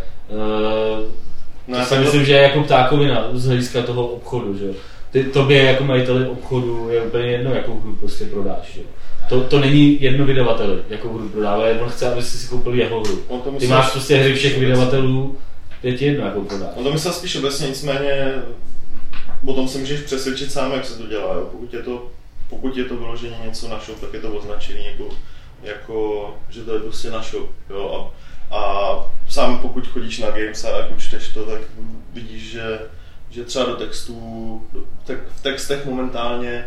to si myslím, že je jako ptákovina z hlediska toho obchodu, že jo. Tobě jako majiteli obchodu je úplně jedno, jakou hru prostě prodáš, že jo. To není jedno vydavateli, jakou hru prodává, on chce, aby si koupil jeho hru. Ty máš prostě hry všech vydavatelů, je ti jedno, jakou prodáš. On to myslel spíš obecně, nicméně o tom se můžeš přesvědčit sám, jak se to dělá, jo. Pokud je to vyloženě něco na shop, tak je to označený jako že to je prostě na shop, jo. A sám pokud chodíš na Games a jak čteš to, tak vidíš, že třeba do textů, v textech momentálně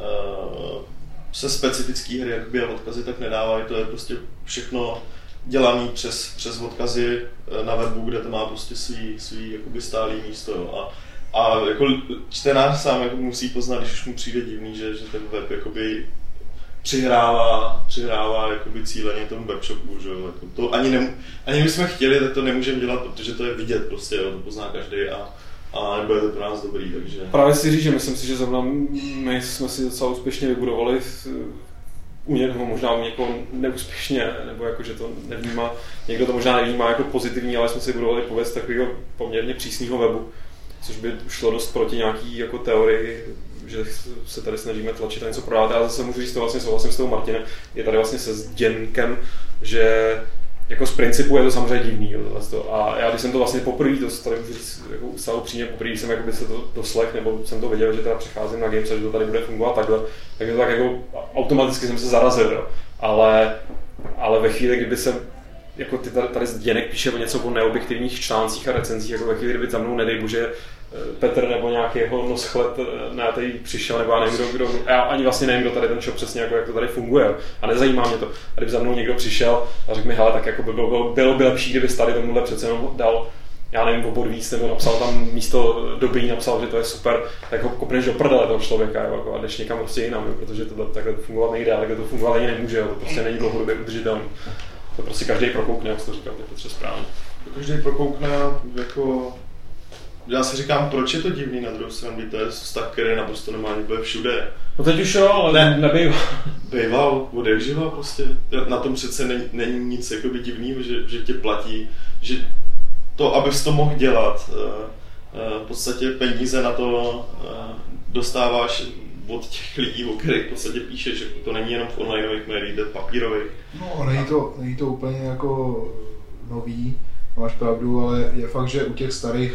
se specifické hry jakoby a odkazy tak nedávají, to je prostě všechno dělaný přes odkazy na webu, kde to má prostě svý jakoby stálý místo, jo. A jako čtenář sám jako musí poznat, když už mu přijde divný, že ten web jakoby přihrává jakoby cíleně tomu webshopu, že jo. Jako to ani bychom chtěli, tak to nemůžeme dělat, protože to je vidět prostě, jo, to pozná každý a nebude to pro nás dobrý, takže... Právě si říct, že myslím si, že zrovna my jsme si docela úspěšně vybudovali nebo možná u někoho neúspěšně, nebo jako, že to nevnímá, někdo to možná nevnímá jako pozitivní, ale jsme si budovali pověst takového poměrně přísného webu, což by šlo dost proti nějaký jako teorii, že se tady snažíme tlačit a něco prodávat. Já zase můžu říct, to vlastně souhlasím s tou Martinem, je tady vlastně se Zděnkem, že jako z principu je to samozřejmě divný. A já když jsem to vlastně poprvé, to tady můžu říct jako stále upřímně, poprvé jsem jakoby se to doslech, nebo jsem to věděl, že teda přecházím na Games a že to tady bude fungovat takhle, tak to tak jako automaticky jsem se zarazil, jo. Ale ve chvíli, kdyby jsem jako tady Zděnek píše o něco o neobjektivních článcích a recenzích, jako ve chvíli, kdyby za mnou, nedej bože, Petr nebo nějaký jeho noschlet na tady přišel, nebo já nevím, kdo, já ani vlastně nevím, kdo tady ten shop přesně, jako jak to tady funguje, a nezajímá mě to. A kdyby za mnou někdo přišel a řekl mi, hele, tak jako bylo by lepší, kdyby tady tomuhle přece jenom dal, já nevím, obor víc, nebo napsal tam místo dobrý, napsal, že to je super, tak ho kopneš do prdele toho člověka, jo, jako, a jdeš někam prostě jinam, jo, protože to takhle fungovat nejde, ale to fungovat ani nemůže, jo, to prostě není dlouhodobě udržitelný. To prostě každý prokoukne, jak jsi to říkal, to je správně. Každý prokoukne, jako... Já si říkám, proč je to divný na druhou stranu, to je vztah, který naprosto normálně bude všude. No teď už jo, ale nebýval. Býval, od jak živa prostě. Na tom přece není nic jakoby divného, že tě platí, že to, abys to mohl dělat, v podstatě peníze na to dostáváš od těch lidí, o kterých v podstatě píšeš, že to není jenom v onlineových médiích, to je papírových. No, není to úplně jako nový. Máš pravdu, ale je fakt, že u těch starých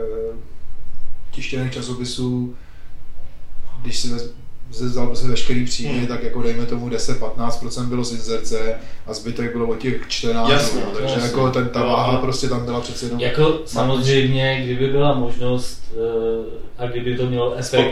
tištěných časopisů, když si vzal se veškerý příjmy, tak jako dejme tomu 10-15% bylo z inzerce a zbytek bylo od těch čtenářů. Jasně, takže jako ta váha prostě tam byla přece jenom... Jako samozřejmě, kdyby byla možnost a kdyby to mělo efekt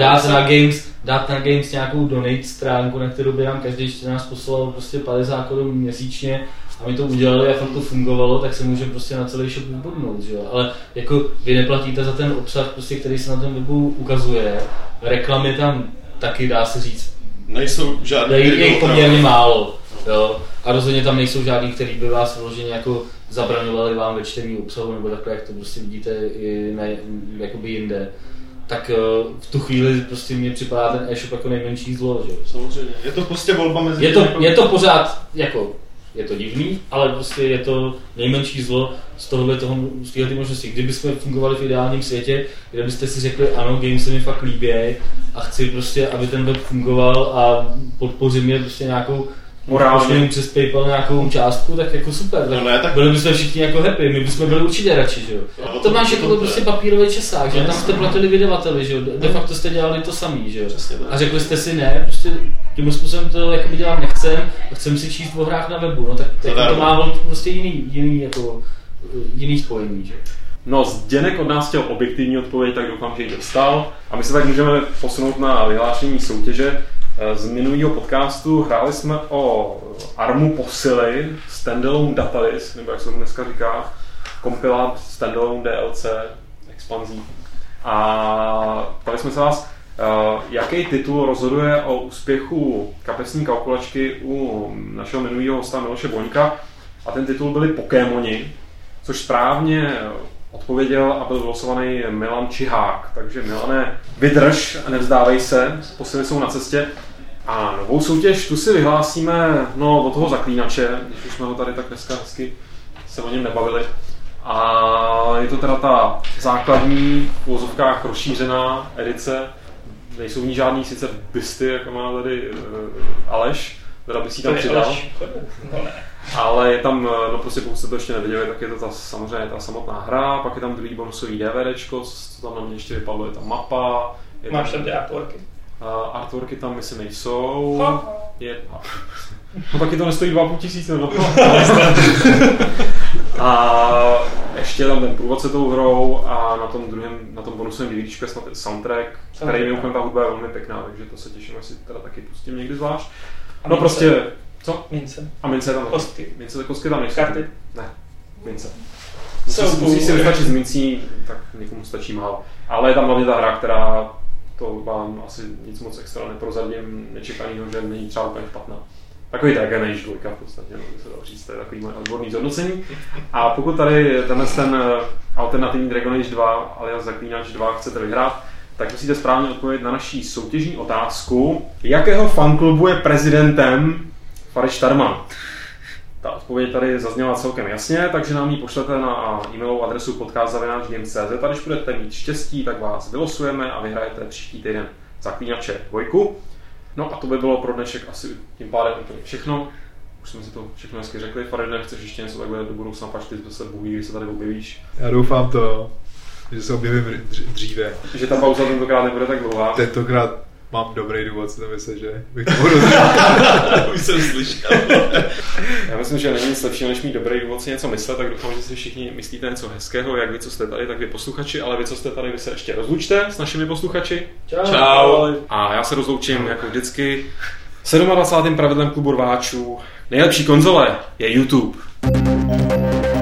dát na Games nějakou donate stránku, na kterou by nám každý čtenář poslal prostě 50 Kč měsíčně, a my to udělali a fakt to fungovalo, tak se můžeme prostě na celý shop vybodnout, že jo. Ale jako vy neplatíte za ten obsah, prostě, který se na tom webu ukazuje. Reklamy tam taky, dá se říct, nejsou žádný. Je jich poměrně málo, jo. A rozhodně tam nejsou žádný, který by vás vyloženě jako zabraňovali vám ve čtení obsahu, nebo takhle, jak to prostě vidíte i jakoby jinde. Tak v tu chvíli prostě mně připadá ten e-shop jako nejmenší zlo, že jo. Samozřejmě, je to prostě volba mezi je to pořád jako... Je to divný, ale prostě je to nejmenší zlo z téhle možnosti. Kdybychom fungovali v ideálním světě, kde byste si řekli, ano, game se mi fakt líbí a chci prostě, aby ten web fungoval a podpořím je prostě nějakou morálně. Když přes PayPal nějakou částku, tak jako super. No ne, tak byli bychom všichni jako happy, my bychom byli určitě radši, že jo. No, To máš jako prostě papírový česák, že tam jste platili vydavateli, že jo. De facto jste dělali to samý, že jo. A řekli jste si ne, prostě tím způsobem to jakoby dělat nechcem a chcem si číst o hrách na webu, no tak to má prostě jiný spojení, že jo. No, Zdeněk od nás chtěl objektivní odpověď, tak doufám, že ji dostal. A my se tak můžeme posunout na vyhlášení soutěže. Z minulého podcastu hráli jsme o Armu Posily, standalone datadisk, nebo jak se tomu dneska říká, kompilát standalone DLC, expanzí. A ptali jsme se vás, jaký titul rozhoduje o úspěchu kapesní kalkulačky u našeho minulého hosta Miloše Boňka. A ten titul byli Pokémoni, což správně odpověděl a byl vylosovaný Milan Čihák. Takže Milane, vydrž a nevzdávej se, posily jsou na cestě. A novou soutěž tu si vyhlásíme od toho Zaklínače, když už jsme ho tady tak dneska hezky se o něm nebavili. A je to teda ta základní v uvozovkách rozšířená edice. Nejsou v ní žádný sice bysty, jako má tady Aleš, teda by si tam přidal. Ale je tam, prostě pokud jste to ještě neviděli, tak je to samozřejmě ta samotná hra, pak je tam druhý bonusový DVDčko, co tam na mě ještě vypadlo, je tam mapa. Máš tam ty artworky? Artworky tam myslím nejsou. No taky to nestojí 2 500, no. A ještě tam ten průvodce tou hrou a na tom bonusovém DVDčku je snad soundtrack, který mimochodem ta hudba je velmi pěkná, takže to se těším, jestli teda taky pustím někdy zvlášť. No prostě, co? Mince. A mince tam kostky. Kostky tam nejsou. Karty? Ne, mince. Musí si vystačit z mincí, tak někomu stačí málo. Ale je tam hlavně ta hra, která to vám asi nic moc extra neprozradím, nečekanýho, že není třeba úplně špatná. Takový Dragon Age 2 v podstatě, no, by se dalo říct, to je takový moje odborný zhodnocení. A pokud tady ten alternativní Dragon Age 2 alias Zaklínač 2 chcete vyhrát, tak musíte správně odpovědět na naší soutěžní otázku. Jakého fanklubu je prezidentem Farid Štarman? Ta odpověď tady zazněla celkem jasně, takže nám ji pošlete na e-mailovou adresu podcast@games.cz a když budete mít štěstí, tak vás vylosujeme a vyhrajete příští týden Zaklínače 2. No a to by bylo pro dnešek asi tím pádem úplně všechno. Už jsme si to všechno hezky řekli. Faride, chceš ještě něco takhle do budoucna, pač ty se Bůh ví, kdy se tady objevíš. Já doufám to, že se objevím dříve. Že ta pauza tentokrát nebude tak dlouhá. Tentokrát mám dobrý důvod si to myslet, že bych to mohl už jsem slyšel. Já myslím, že není nic lepšího, než mít dobrý důvod si něco myslet, tak doufám, že si všichni myslíte něco hezkého, jak vy, co jste tady, tak vy posluchači, ale vy, co jste tady, vy se ještě rozlučte s našimi posluchači. Čau. A já se rozloučím jako vždycky 27. pravidlem klubu rváčů. Nejlepší konzole je YouTube.